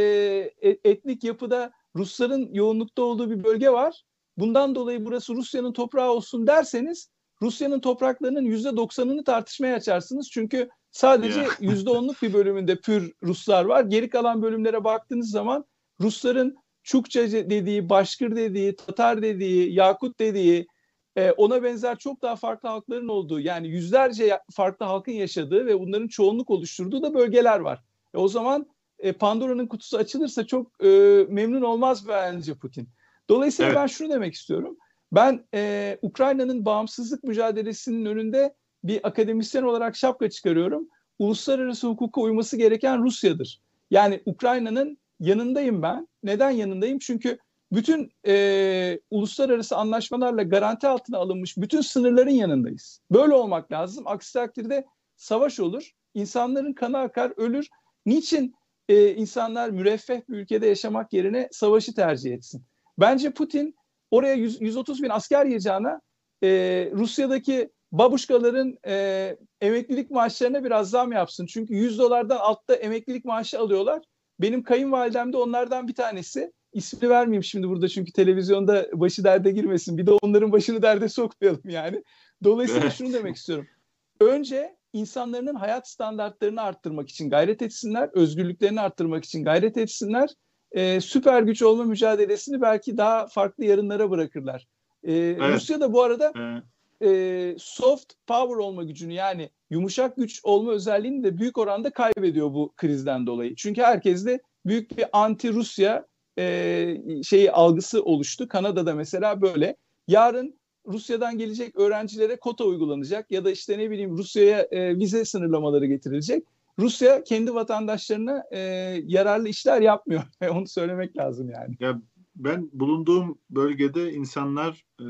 etnik yapıda Rusların yoğunlukta olduğu bir bölge var. Bundan dolayı burası Rusya'nın toprağı olsun derseniz Rusya'nın topraklarının yüzde doksanını tartışmaya açarsınız. Çünkü sadece yüzde onluk bir bölümünde pür Ruslar var. Geri kalan bölümlere baktığınız zaman Rusların Çukça dediği, Başkır dediği, Tatar dediği, Yakut dediği, ona benzer çok daha farklı halkların olduğu, yani yüzlerce farklı halkın yaşadığı ve bunların çoğunluk oluşturduğu da bölgeler var. E o zaman e, Pandora'nın kutusu açılırsa çok e, memnun olmaz bence Putin. Dolayısıyla evet. ben şunu demek istiyorum. Ben e, Ukrayna'nın bağımsızlık mücadelesinin önünde bir akademisyen olarak şapka çıkarıyorum. Uluslararası hukuka uyması gereken Rusya'dır. Yani Ukrayna'nın yanındayım ben. Neden yanındayım? Çünkü bütün e, uluslararası anlaşmalarla garanti altına alınmış bütün sınırların yanındayız. Böyle olmak lazım. Aksi takdirde savaş olur. İnsanların kanı akar, ölür. Niçin e, insanlar müreffeh bir ülkede yaşamak yerine savaşı tercih etsin? Bence Putin oraya yüz, yüz otuz bin asker yiyeceğine e, Rusya'daki babuşkaların e, emeklilik maaşlarına biraz zam yapsın. Çünkü yüz dolardan altta emeklilik maaşı alıyorlar. Benim kayınvalidem de onlardan bir tanesi. İsmini vermeyeyim şimdi burada çünkü televizyonda başı derde girmesin. Bir de onların başını derde sokmayalım yani. Dolayısıyla evet. şunu demek istiyorum. Önce insanların hayat standartlarını arttırmak için gayret etsinler. Özgürlüklerini arttırmak için gayret etsinler. Ee, süper güç olma mücadelesini belki daha farklı yarınlara bırakırlar. Ee, evet. Rusya da bu arada evet. e, soft power olma gücünü, yani yumuşak güç olma özelliğini de büyük oranda kaybediyor bu krizden dolayı. Çünkü herkeste büyük bir anti-Rusya e, şeyi algısı oluştu. Kanada'da mesela böyle. Yarın Rusya'dan gelecek öğrencilere kota uygulanacak ya da işte ne bileyim Rusya'ya e, vize sınırlamaları getirilecek. Rusya kendi vatandaşlarına e, yararlı işler yapmıyor. Onu söylemek lazım yani. Ya ben bulunduğum bölgede insanlar e,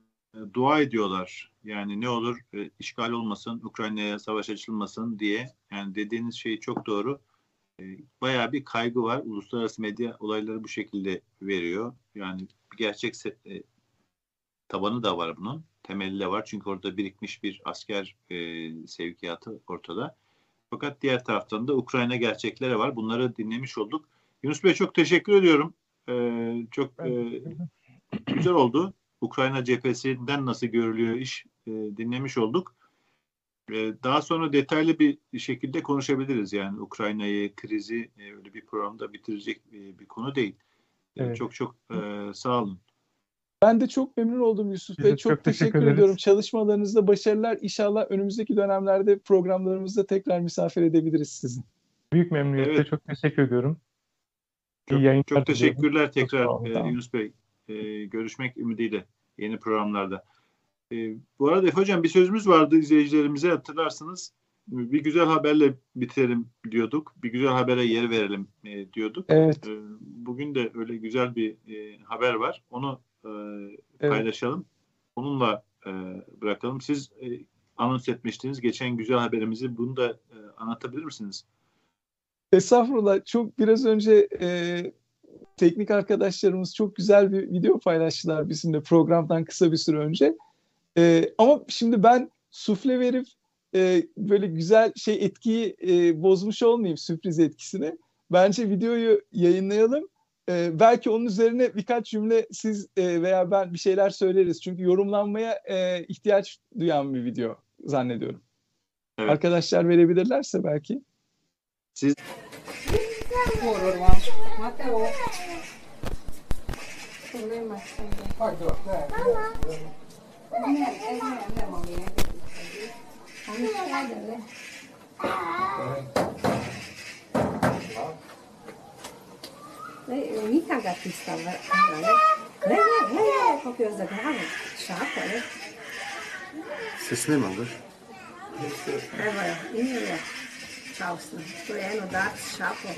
dua ediyorlar. Yani ne olur e, işgal olmasın, Ukrayna'ya savaş açılmasın diye. Yani dediğiniz şey çok doğru. E, bayağı bir kaygı var. Uluslararası medya olayları bu şekilde veriyor. Yani bir gerçek e, tabanı da var bunun. Temeli de var. Çünkü orada birikmiş bir asker e, sevkiyatı ortada. Fakat diğer taraftan da Ukrayna gerçekleri var. Bunları dinlemiş olduk. Yunus Bey çok teşekkür ediyorum. Ee, çok e, güzel oldu. Ukrayna cephesinden nasıl görülüyor iş e, dinlemiş olduk. E, daha sonra detaylı bir şekilde konuşabiliriz. Yani Ukrayna'yı, krizi e, öyle bir programda bitirecek e, bir konu değil. Evet. E, çok çok e, sağ olun. Ben de çok memnun oldum Yusuf Bey. Çok, çok teşekkür, teşekkür ediyorum. Çalışmalarınızda başarılar. İnşallah önümüzdeki dönemlerde programlarımızda tekrar misafir edebiliriz sizi. Büyük memnuniyetle evet. Çok teşekkür ediyorum. Çok, çok teşekkürler tekrar e, Yunus Bey. E, görüşmek ümidiyle yeni programlarda. E, bu arada Efe Hocam bir sözümüz vardı izleyicilerimize, hatırlarsınız. Bir güzel haberle bitirelim diyorduk. Bir güzel habere yer verelim e, diyorduk. Evet. E, bugün de öyle güzel bir e, haber var. Onu e, evet. paylaşalım. Onunla e, bırakalım. Siz e, anons etmiştiniz geçen güzel haberimizi. Bunu da e, anlatabilir misiniz? Estağfurullah. Çok biraz önce e, teknik arkadaşlarımız çok güzel bir video paylaştılar bizimle programdan kısa bir süre önce. E, ama şimdi ben sufle verip e, böyle güzel şey etkiyi e, bozmuş olmayayım, sürpriz etkisini. Bence videoyu yayınlayalım. E, belki onun üzerine birkaç cümle siz e, veya ben bir şeyler söyleriz. Çünkü yorumlanmaya e, ihtiyaç duyan bir video zannediyorum. Evet. Arkadaşlar verebilirlerse belki. Siz mica gatista, ne ne ne proprio zagravo, šapo, ne? Se snimam, Evo je, Emilija, čao sam, to je eno dat šapo.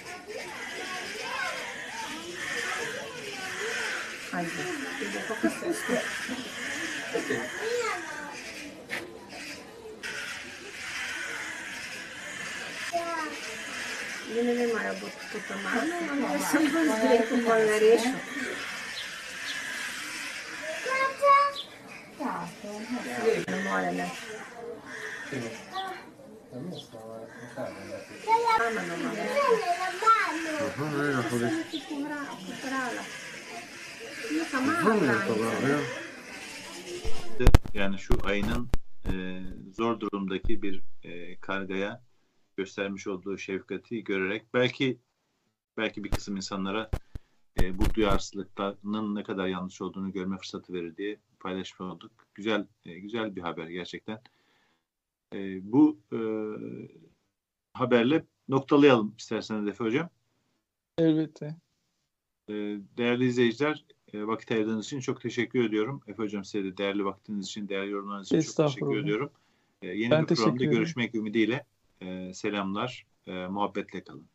Hajde, ide kako se uspije. Ne, ne, ne, Maja, bo to to malo. Sam vam zbreku koju ne rešil. Ne more, ne. Mama, no, mama. Aha, ne, ne, hodi. Sam ti povrala. Neka mala. Yani şu ayının e, zor durumdaki bir e, kargaya göstermiş olduğu şefkati görerek belki belki bir kısım insanlara e, bu duyarsızlıklarının ne kadar yanlış olduğunu görme fırsatı verir diye paylaşmış olduk. Güzel e, güzel bir haber gerçekten. E, bu e, haberle noktalayalım isterseniz Efe Hocam. Elbette. E, değerli izleyiciler, e, vakit ayırdığınız için çok teşekkür ediyorum. Efe Hocam size de değerli vaktiniz için, değerli yorumlarınız için çok teşekkür ediyorum. E, yeni ben bir programda görüşmek ümidiyle. Ee, selamlar, e, muhabbetle kalın.